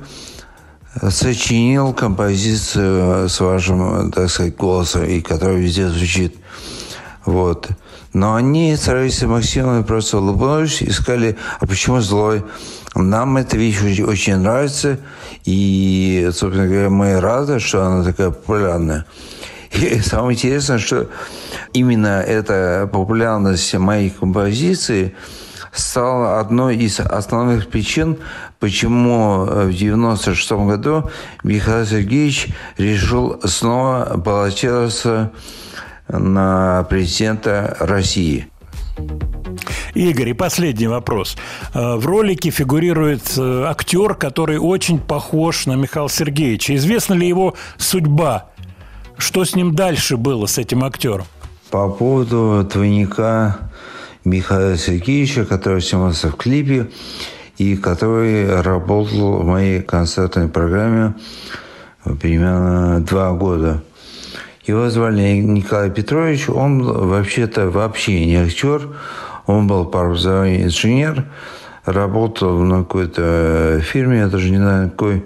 сочинил композицию с вашим, так сказать, голосом, и который везде звучит. Вот. Но они с Раисой Максимовной просто улыбнулись и сказали: а почему злой? Нам эта вещь очень нравится, и, собственно говоря, мы рады, что она такая популярная. И самое интересное, что именно эта популярность моей композиции стала одной из основных причин, почему в 1996 году Михаил Сергеевич решил снова баллотироваться на президента России. Игорь, и последний вопрос. В ролике фигурирует актер, который очень похож на Михаила Сергеевича. Известна ли его судьба? Что с ним дальше было, с этим актером? По поводу двойника Михаила Сергеевича, который снимался в клипе и который работал в моей концертной программе примерно 2 года. Его звали Николай Петрович. Он вообще-то вообще не актер. Он был по образованию инженер. Работал на какой-то фирме, я даже не знаю какой.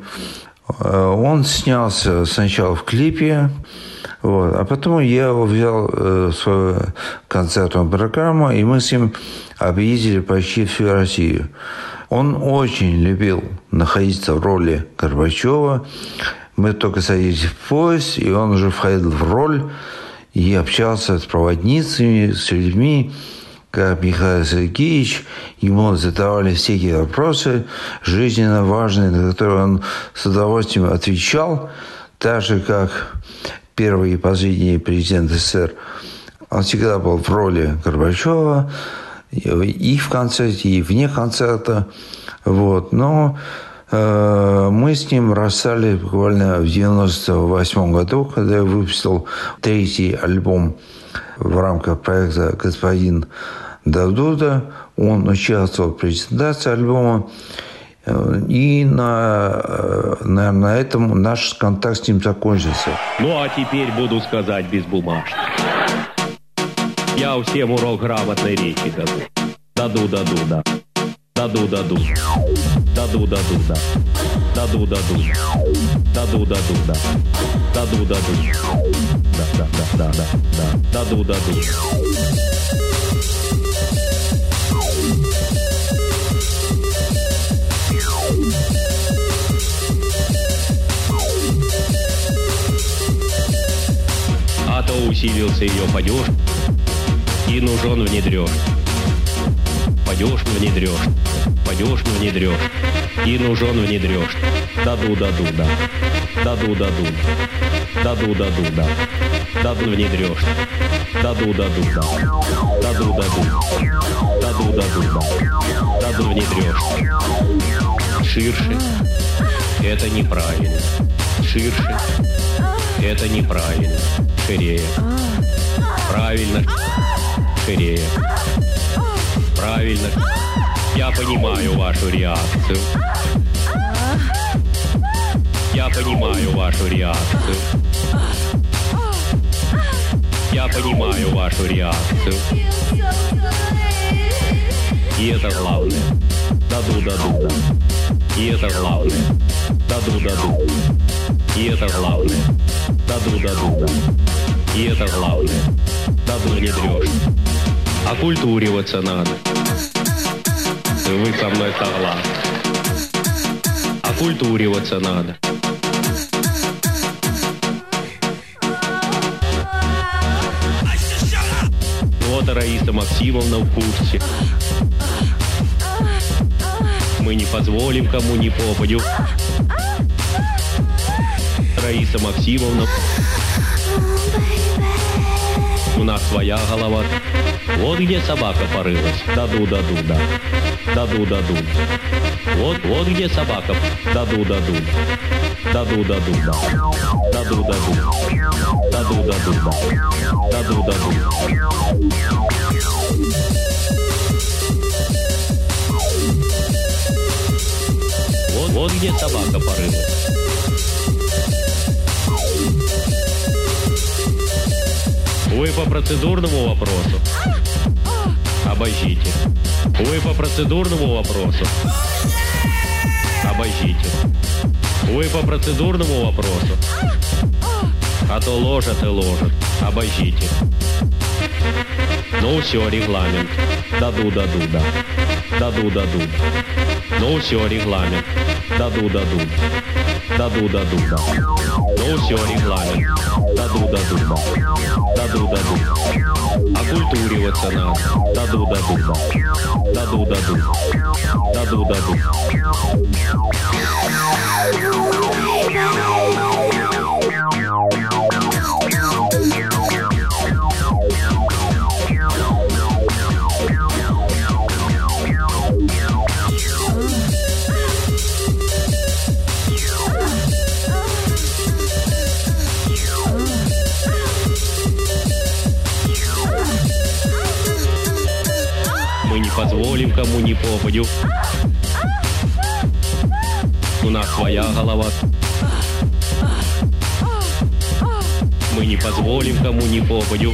Он снялся сначала в клипе, вот, а потом я его взял в свою концертную программу, и мы с ним объездили почти всю Россию. Он очень любил находиться в роли Горбачева. Мы только садились в поезд, и он уже входил в роль и общался с проводницами, с людьми, как Михаил Сергеевич. Ему задавали всякие вопросы жизненно важные, на которые он с удовольствием отвечал, так же, как первый и последний президент СССР. Он всегда был в роли Горбачева и в концерте, и вне концерта. Вот. Но Мы с ним расстались буквально в 98 году, когда я выпустил 3-й альбом в рамках проекта «Господин Давдуда». Он участвовал в презентации альбома. И на этом наш контакт с ним закончился. Ну, а теперь буду сказать без бумажки. Я всем урок грамотной речи даду. Даду, да. Даду. А то усилился ее падеж, и нужен внедрешь. Падеж внедрешь, и нужен внедрешь. Даду, да. Даду внедрешь. Даду внедрешь. Ширше — это неправильно. Ширше — это неправильно. Ширее. Правильно. Ширее. Правильно. Я понимаю вашу реакцию. Я понимаю вашу реакцию. И это главное. Даду. И это главное. Даду. И это главное. Даду. И это главное. Даду внедрешь. Окультуриваться надо. Вы со мной согласны. Окультуриваться надо. Вот Раиса Максимовна в курсе. Мы не позволим кому ни попадю. Раиса Максимовна. У нас своя голова. Вот где собака порылась. Даду. Вот где собака. Даду. Вот где собака порылась. Вы по процедурному вопросу? Обождите. Вы по процедурному вопросу? Обождите. Вы по процедурному вопросу? А то ложат и ложат. Обождите. Ну все, регламент. Даду. Ну все, регламент. Даду. Ну все, регламент. Даду. Окультуриваться надо. Даду. Мы не позволим кому ни попадю. У нас своя голова. Мы не позволим кому ни попадю.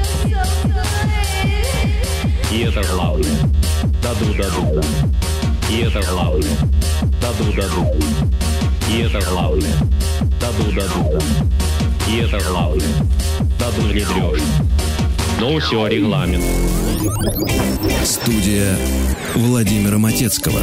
И это главное. Даду. И это главное. Даду. И это главное. Даду. И это главное. Даду внедрешь. Ну все, регламент. Студия Владимира Матецкого.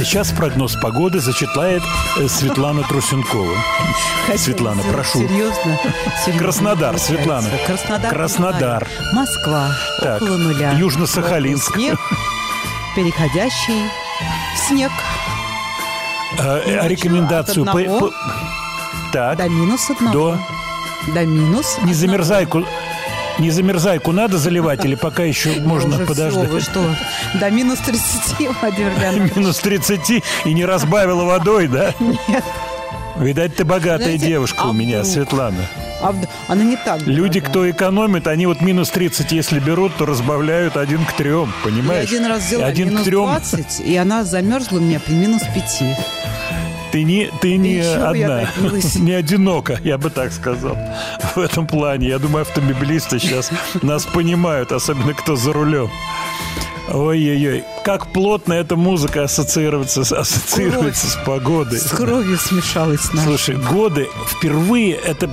сейчас прогноз погоды зачитает Светлана Трусенкова. Светлана, прошу. Серьезно? Краснодар, Светлана. Краснодар. Москва. Так, Около нуля. Южно-Сахалинск. Снег, переходящий в снег. Рекомендацию... От 1 Так. до минус 1. До... До минус. Не замерзайку надо заливать или пока еще можно Уже подождать? Все, вы что? До минус 30, Владимир Леонидович. Минус 30 и не разбавила водой, да? Нет. Видать, ты богатая Знаете, девушка у меня, вдруг? Светлана. Она не так. Люди, дорогая. кто экономит, они вот минус 30, если берут, то разбавляют 1 к 3, Я понимаешь? один раз взяла 1 минус к 3. 20, и она замерзла у меня при минус 5. Ты не Еще я одна, добилась. не одинока, я бы так сказал. В этом плане, я думаю, автомобилисты сейчас нас понимают, особенно кто за рулем. Ой-ой-ой, как плотно эта музыка ассоциируется с погодой. С кровью смешалась наша. Слушай, годы впервые это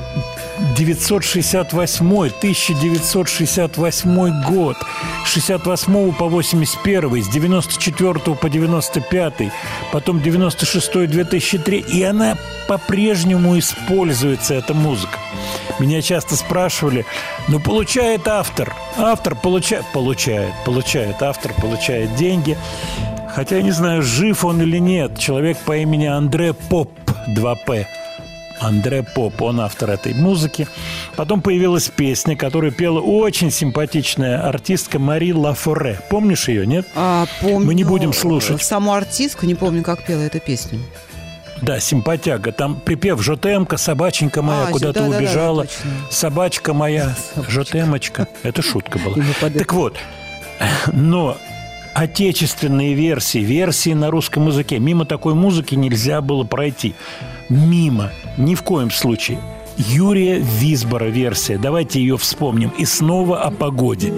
1968 год. С 68 по 81, с 94 по 95, потом 96-2003. И она по-прежнему используется, эта музыка. Меня часто спрашивали, получает автор. Автор получает, автор получает деньги. Хотя я не знаю, жив он или нет. Человек по имени Андре Поп, 2П. Андре Поп, он автор этой музыки. Потом появилась песня, которую пела очень симпатичная артистка Мари Лафоре. Помнишь ее, нет? Помню. Мы не будем слушать. Саму артистку, не помню, как пела эту песню. Да, симпатяга. Там припев «Жотемка, собаченька моя, куда ты убежала?» точно. «Собачка моя, жотемочка». Это шутка была. выпадает. Так вот, но отечественные версии на русском языке, мимо такой музыки нельзя было пройти. Мимо. Ни в коем случае. Юрия Висбора версия. Давайте ее вспомним. И снова о погоде.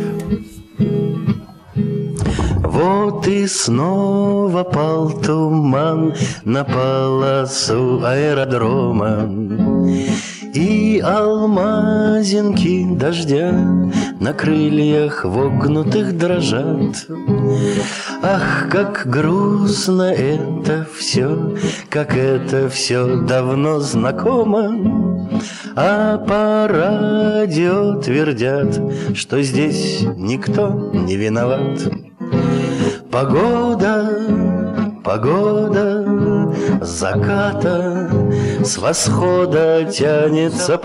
Вот и снова пал туман на полосу аэродрома, и алмазинки дождя на крыльях вогнутых дрожат. Ах, как грустно это все, как это все давно знакомо. А по радио твердят, что здесь никто не виноват. Погода, заката, с восхода тянется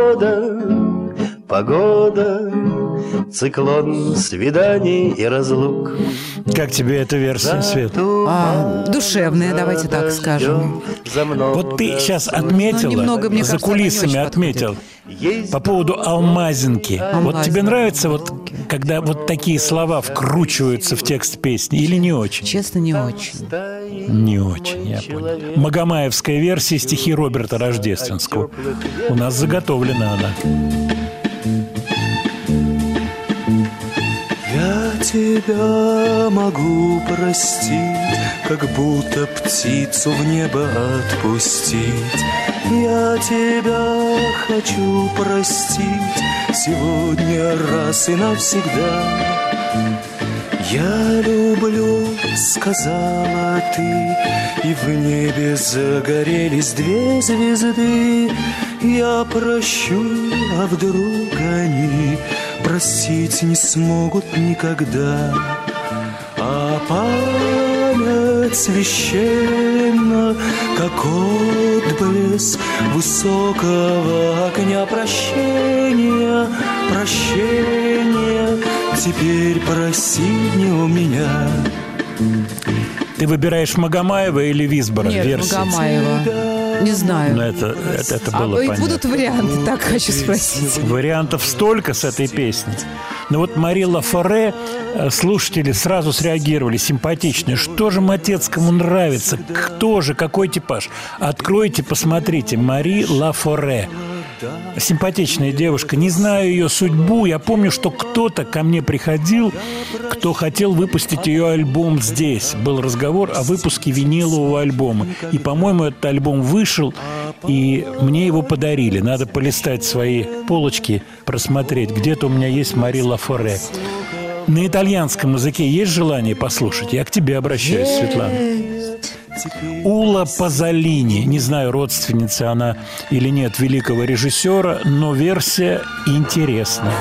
погода, циклон свиданий и разлук. Как тебе эта версия, Свет? Душевная, давайте так скажем. Вот ты сейчас отметила, немного, мне за кажется, кулисами она не очень отметил, по поводу алмазинки. Вот тебе нравится, когда вот такие слова вкручиваются в текст песни или не очень? Честно, не очень. Не очень, я понял. Магомаевская версия стихи Роберта Рождественского. У нас заготовлена она. Я тебя могу простить, как будто птицу в небо отпустить. Я тебя хочу простить сегодня раз и навсегда. Я люблю, сказала ты, и в небе загорелись 2 звезды. Я прощу, а вдруг они простить не смогут никогда. А память священна, как отблеск высокого огня прощения. Теперь проси не у меня. Ты выбираешь Магомаева или Висбора версии? Магомаева. Не знаю. Ну, это было понятно. Будут варианты, так хочу спросить. Вариантов столько с этой песней. Но вот Мари Лафоре, слушатели сразу среагировали, симпатичные. Что же Матецкому нравится? Кто же? Какой типаж? Откройте, посмотрите. Мари Лафоре. Симпатичная девушка. Не знаю ее судьбу. Я помню, что кто-то ко мне приходил, кто хотел выпустить ее альбом здесь. Был разговор о выпуске винилового альбома. И, по-моему, этот альбом вышел, и мне его подарили. Надо полистать свои полочки, просмотреть. Где-то у меня есть Мари Лафоре. На итальянском языке есть желание послушать? Я к тебе обращаюсь, Светлана. Ула Пазолини. Не знаю, родственница она или нет великого режиссера, но версия интересная.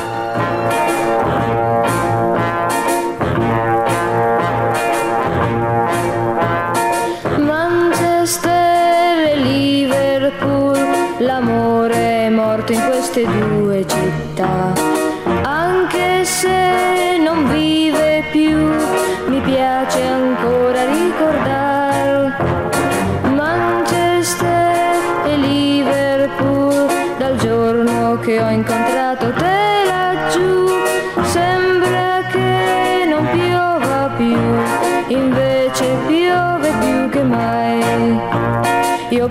L'amore è morto in queste due città, anche se non vive più, mi piace ancora ricordare Manchester e Liverpool, dal giorno che ho incontrato te laggiù. Sembra che non piova più, invece piove più che mai. Io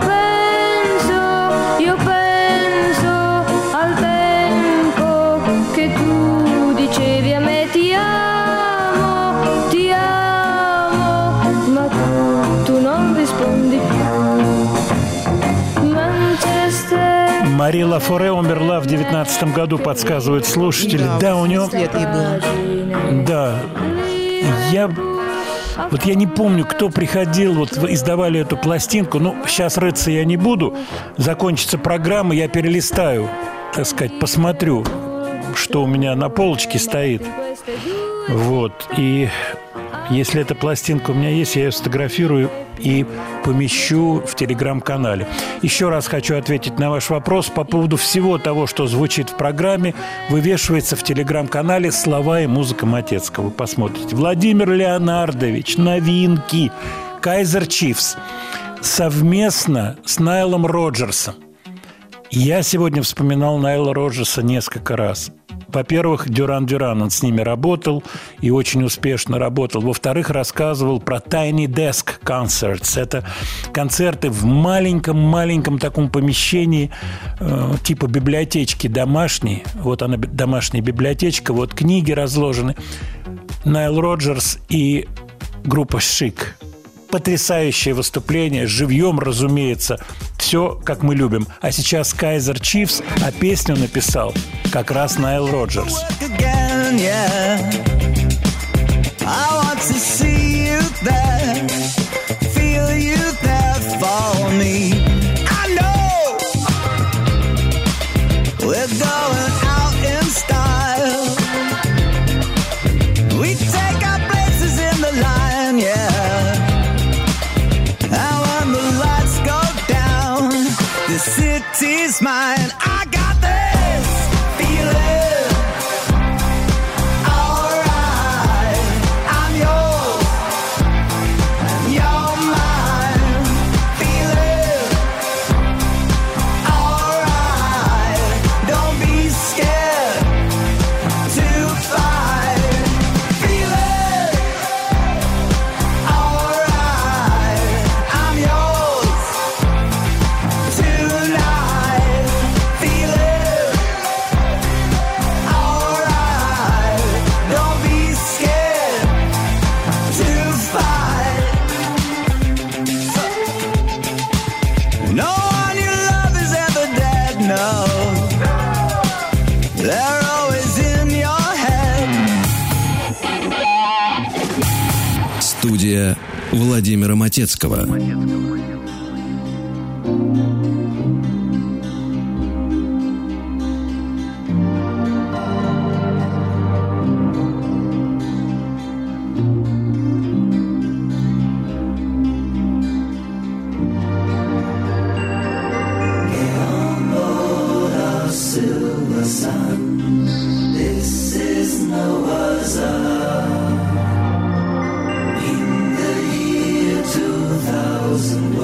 penso al tempo che tu dicevi a me ti amo, ma tu non rispondi più. Manchester. Мари Лафоре умерла в 19 году, подсказывают слушатели. Да, у него... лет ей было. Да. Я не помню, кто приходил, издавали эту пластинку. Сейчас рыться я не буду. Закончится программа, я перелистаю, так сказать, посмотрю, что у меня на полочке стоит. И если эта пластинка у меня есть, я ее сфотографирую и помещу в телеграм-канале. Еще раз хочу ответить на ваш вопрос по поводу всего того, что звучит в программе, вывешивается в телеграм-канале «Слова и музыка Матецкого». Вы посмотрите. Владимир Леонардович, новинки, Kaiser Chiefs совместно с Найлом Роджерсом. Я сегодня вспоминал Найла Роджерса несколько раз. Во-первых, Дюран Дюран, он с ними работал и очень успешно работал. Во-вторых, рассказывал про Tiny Desk Concerts. Это концерты в маленьком таком помещении, типа библиотечки домашней. Вот она, домашняя библиотечка, вот книги разложены. Найл Роджерс и группа Chic. Потрясающее выступление, живьем, разумеется. Все, как мы любим. А сейчас Kaiser Chiefs, а песню написал как раз Найл Роджерс. City's mine. I got this feeling. Alright, I'm yours, you're mine. Feeling alright. Don't be scared to fight. Feeling alright. I'm yours tonight. Студия Владимира Матецкого. In the year 2000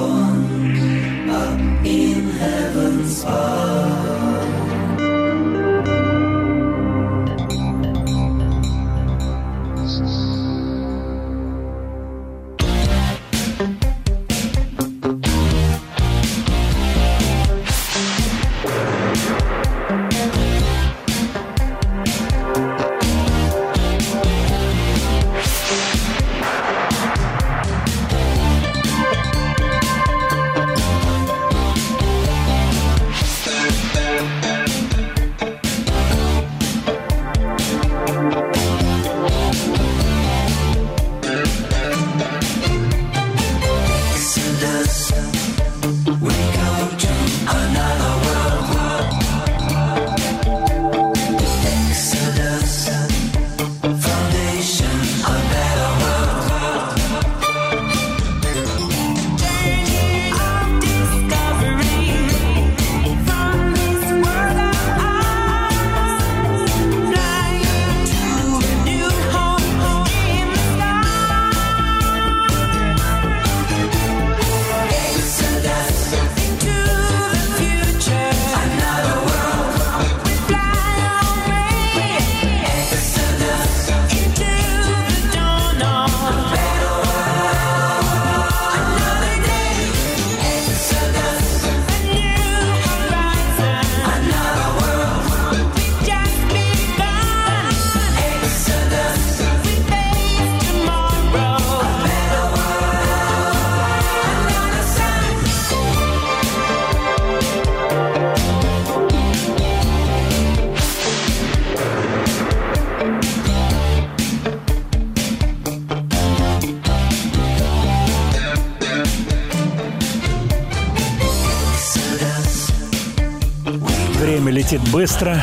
летит быстро.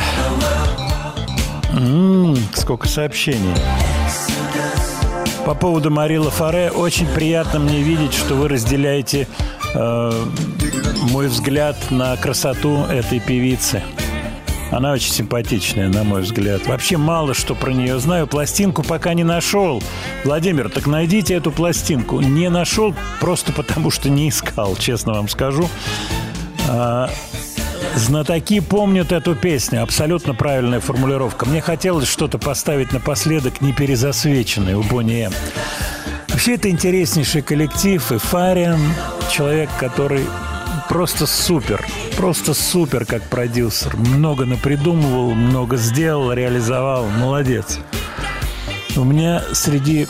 Сколько сообщений. По поводу Мари Лафоре, очень приятно мне видеть, что вы разделяете мой взгляд на красоту этой певицы. Она очень симпатичная, на мой взгляд. Вообще мало что про нее знаю. Пластинку пока не нашел. Владимир, так найдите эту пластинку. Не нашел просто потому, что не искал, честно вам скажу. Знатоки помнят эту песню. Абсолютно правильная формулировка. Мне хотелось что-то поставить напоследок неперезасвеченное у Бонни М. Вообще, это интереснейший коллектив. И Фариан — человек, который просто супер как продюсер. Много напридумывал, много сделал, реализовал. Молодец. У меня среди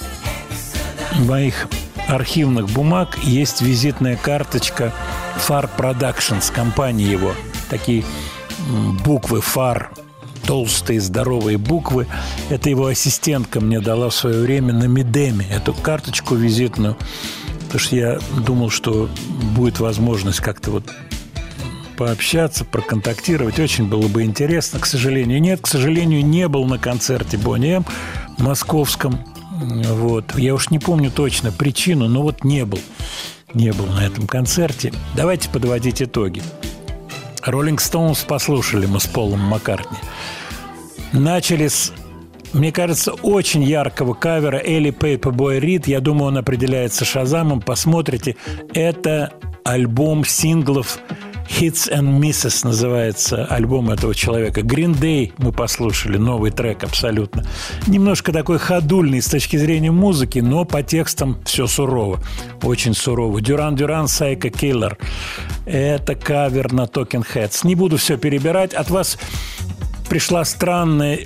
моих архивных бумаг есть визитная карточка Far Productions, компании его. Такие буквы Far, толстые, здоровые буквы. Это его ассистентка мне дала в свое время на Мидеме, эту карточку визитную. Потому что я думал, что будет возможность как-то вот пообщаться, проконтактировать. Очень было бы интересно. К сожалению, нет. К сожалению, не был на концерте Бонни М московском. Вот. Я уж не помню точно причину, но вот не был на этом концерте. Давайте подводить итоги. Rolling Stones послушали мы с Полом Маккартни. Начали с, мне кажется, очень яркого кавера Элли Paperboy Reed. Я думаю, он определяется Шазамом. Посмотрите. Это альбом синглов Hits and Misses называется альбом этого человека. Green Day мы послушали, новый трек абсолютно. Немножко такой ходульный с точки зрения музыки, но по текстам все сурово, очень сурово. Duran Duran Psycho Killer. Это кавер на Talking Heads. Не буду все перебирать. От вас пришла странные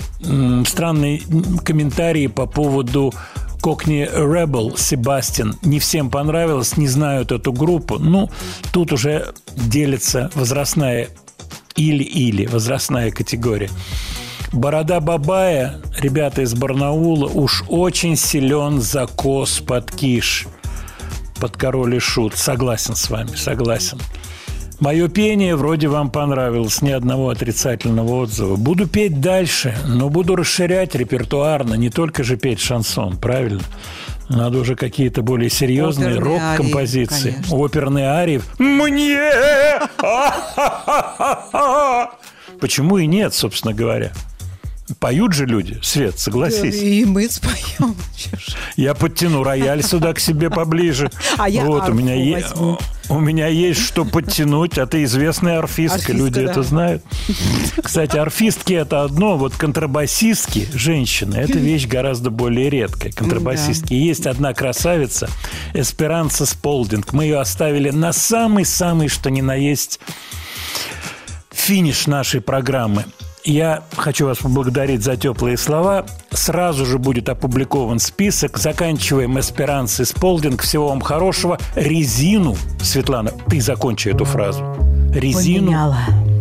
комментарии по поводу Cockney Rebel, Себастьян. Не всем понравилось, не знают эту группу. Ну, тут уже делится возрастная возрастная категория. Борода Бабая, ребята из Барнаула, уж очень силен закос под киш, под Король и Шут. Согласен с вами, согласен. Мое пение вроде вам понравилось, ни одного отрицательного отзыва. Буду петь дальше, но буду расширять репертуарно, не только же петь шансон, правильно? Надо уже какие-то более серьезные рок-композиции. Конечно. Оперные арии. Мне! Почему и нет, собственно говоря? Поют же люди, Свет, согласись. И мы споем. Я подтяну рояль сюда к себе поближе. А я вот, у меня есть что подтянуть. А ты известная арфистка, люди это знают. Кстати, арфистки это одно, вот контрабасистки, женщины, это вещь гораздо более редкая. Контрабасистки. Есть одна красавица, Эсперанса Сполдинг. Мы ее оставили на самый-самый, что ни на есть, финиш нашей программы. Я хочу вас поблагодарить за теплые слова. Сразу же будет опубликован список. Заканчиваем Эсперанс и Сполдинг. Всего вам хорошего. Резину, Светлана, ты закончи эту фразу. Резину. Поменяла.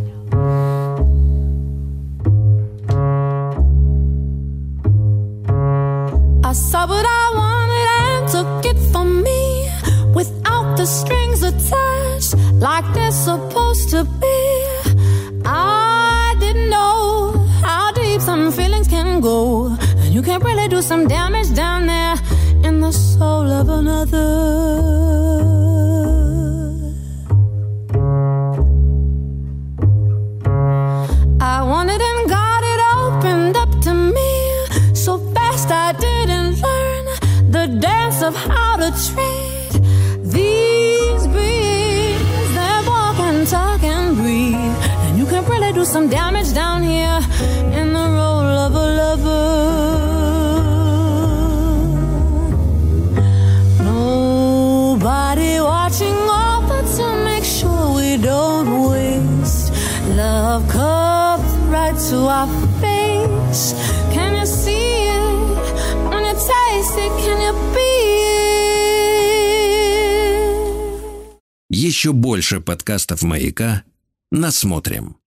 I saw what I wanted and took it from me without the strings attached, like they're supposed to be. I didn't know how deep some feelings can go, and you can really do some damage down there in the soul of another. I wanted and got it opened up to me so fast I didn't learn the dance of how to treat these beings that walk and talk and breathe. You can really do some damage down here in the role of a lover. Nobody watching over to make sure we don't waste. Love comes right to our face. Can you see it? When you taste it, can you be it? Еще больше подкастов «Маяка» насмотрим.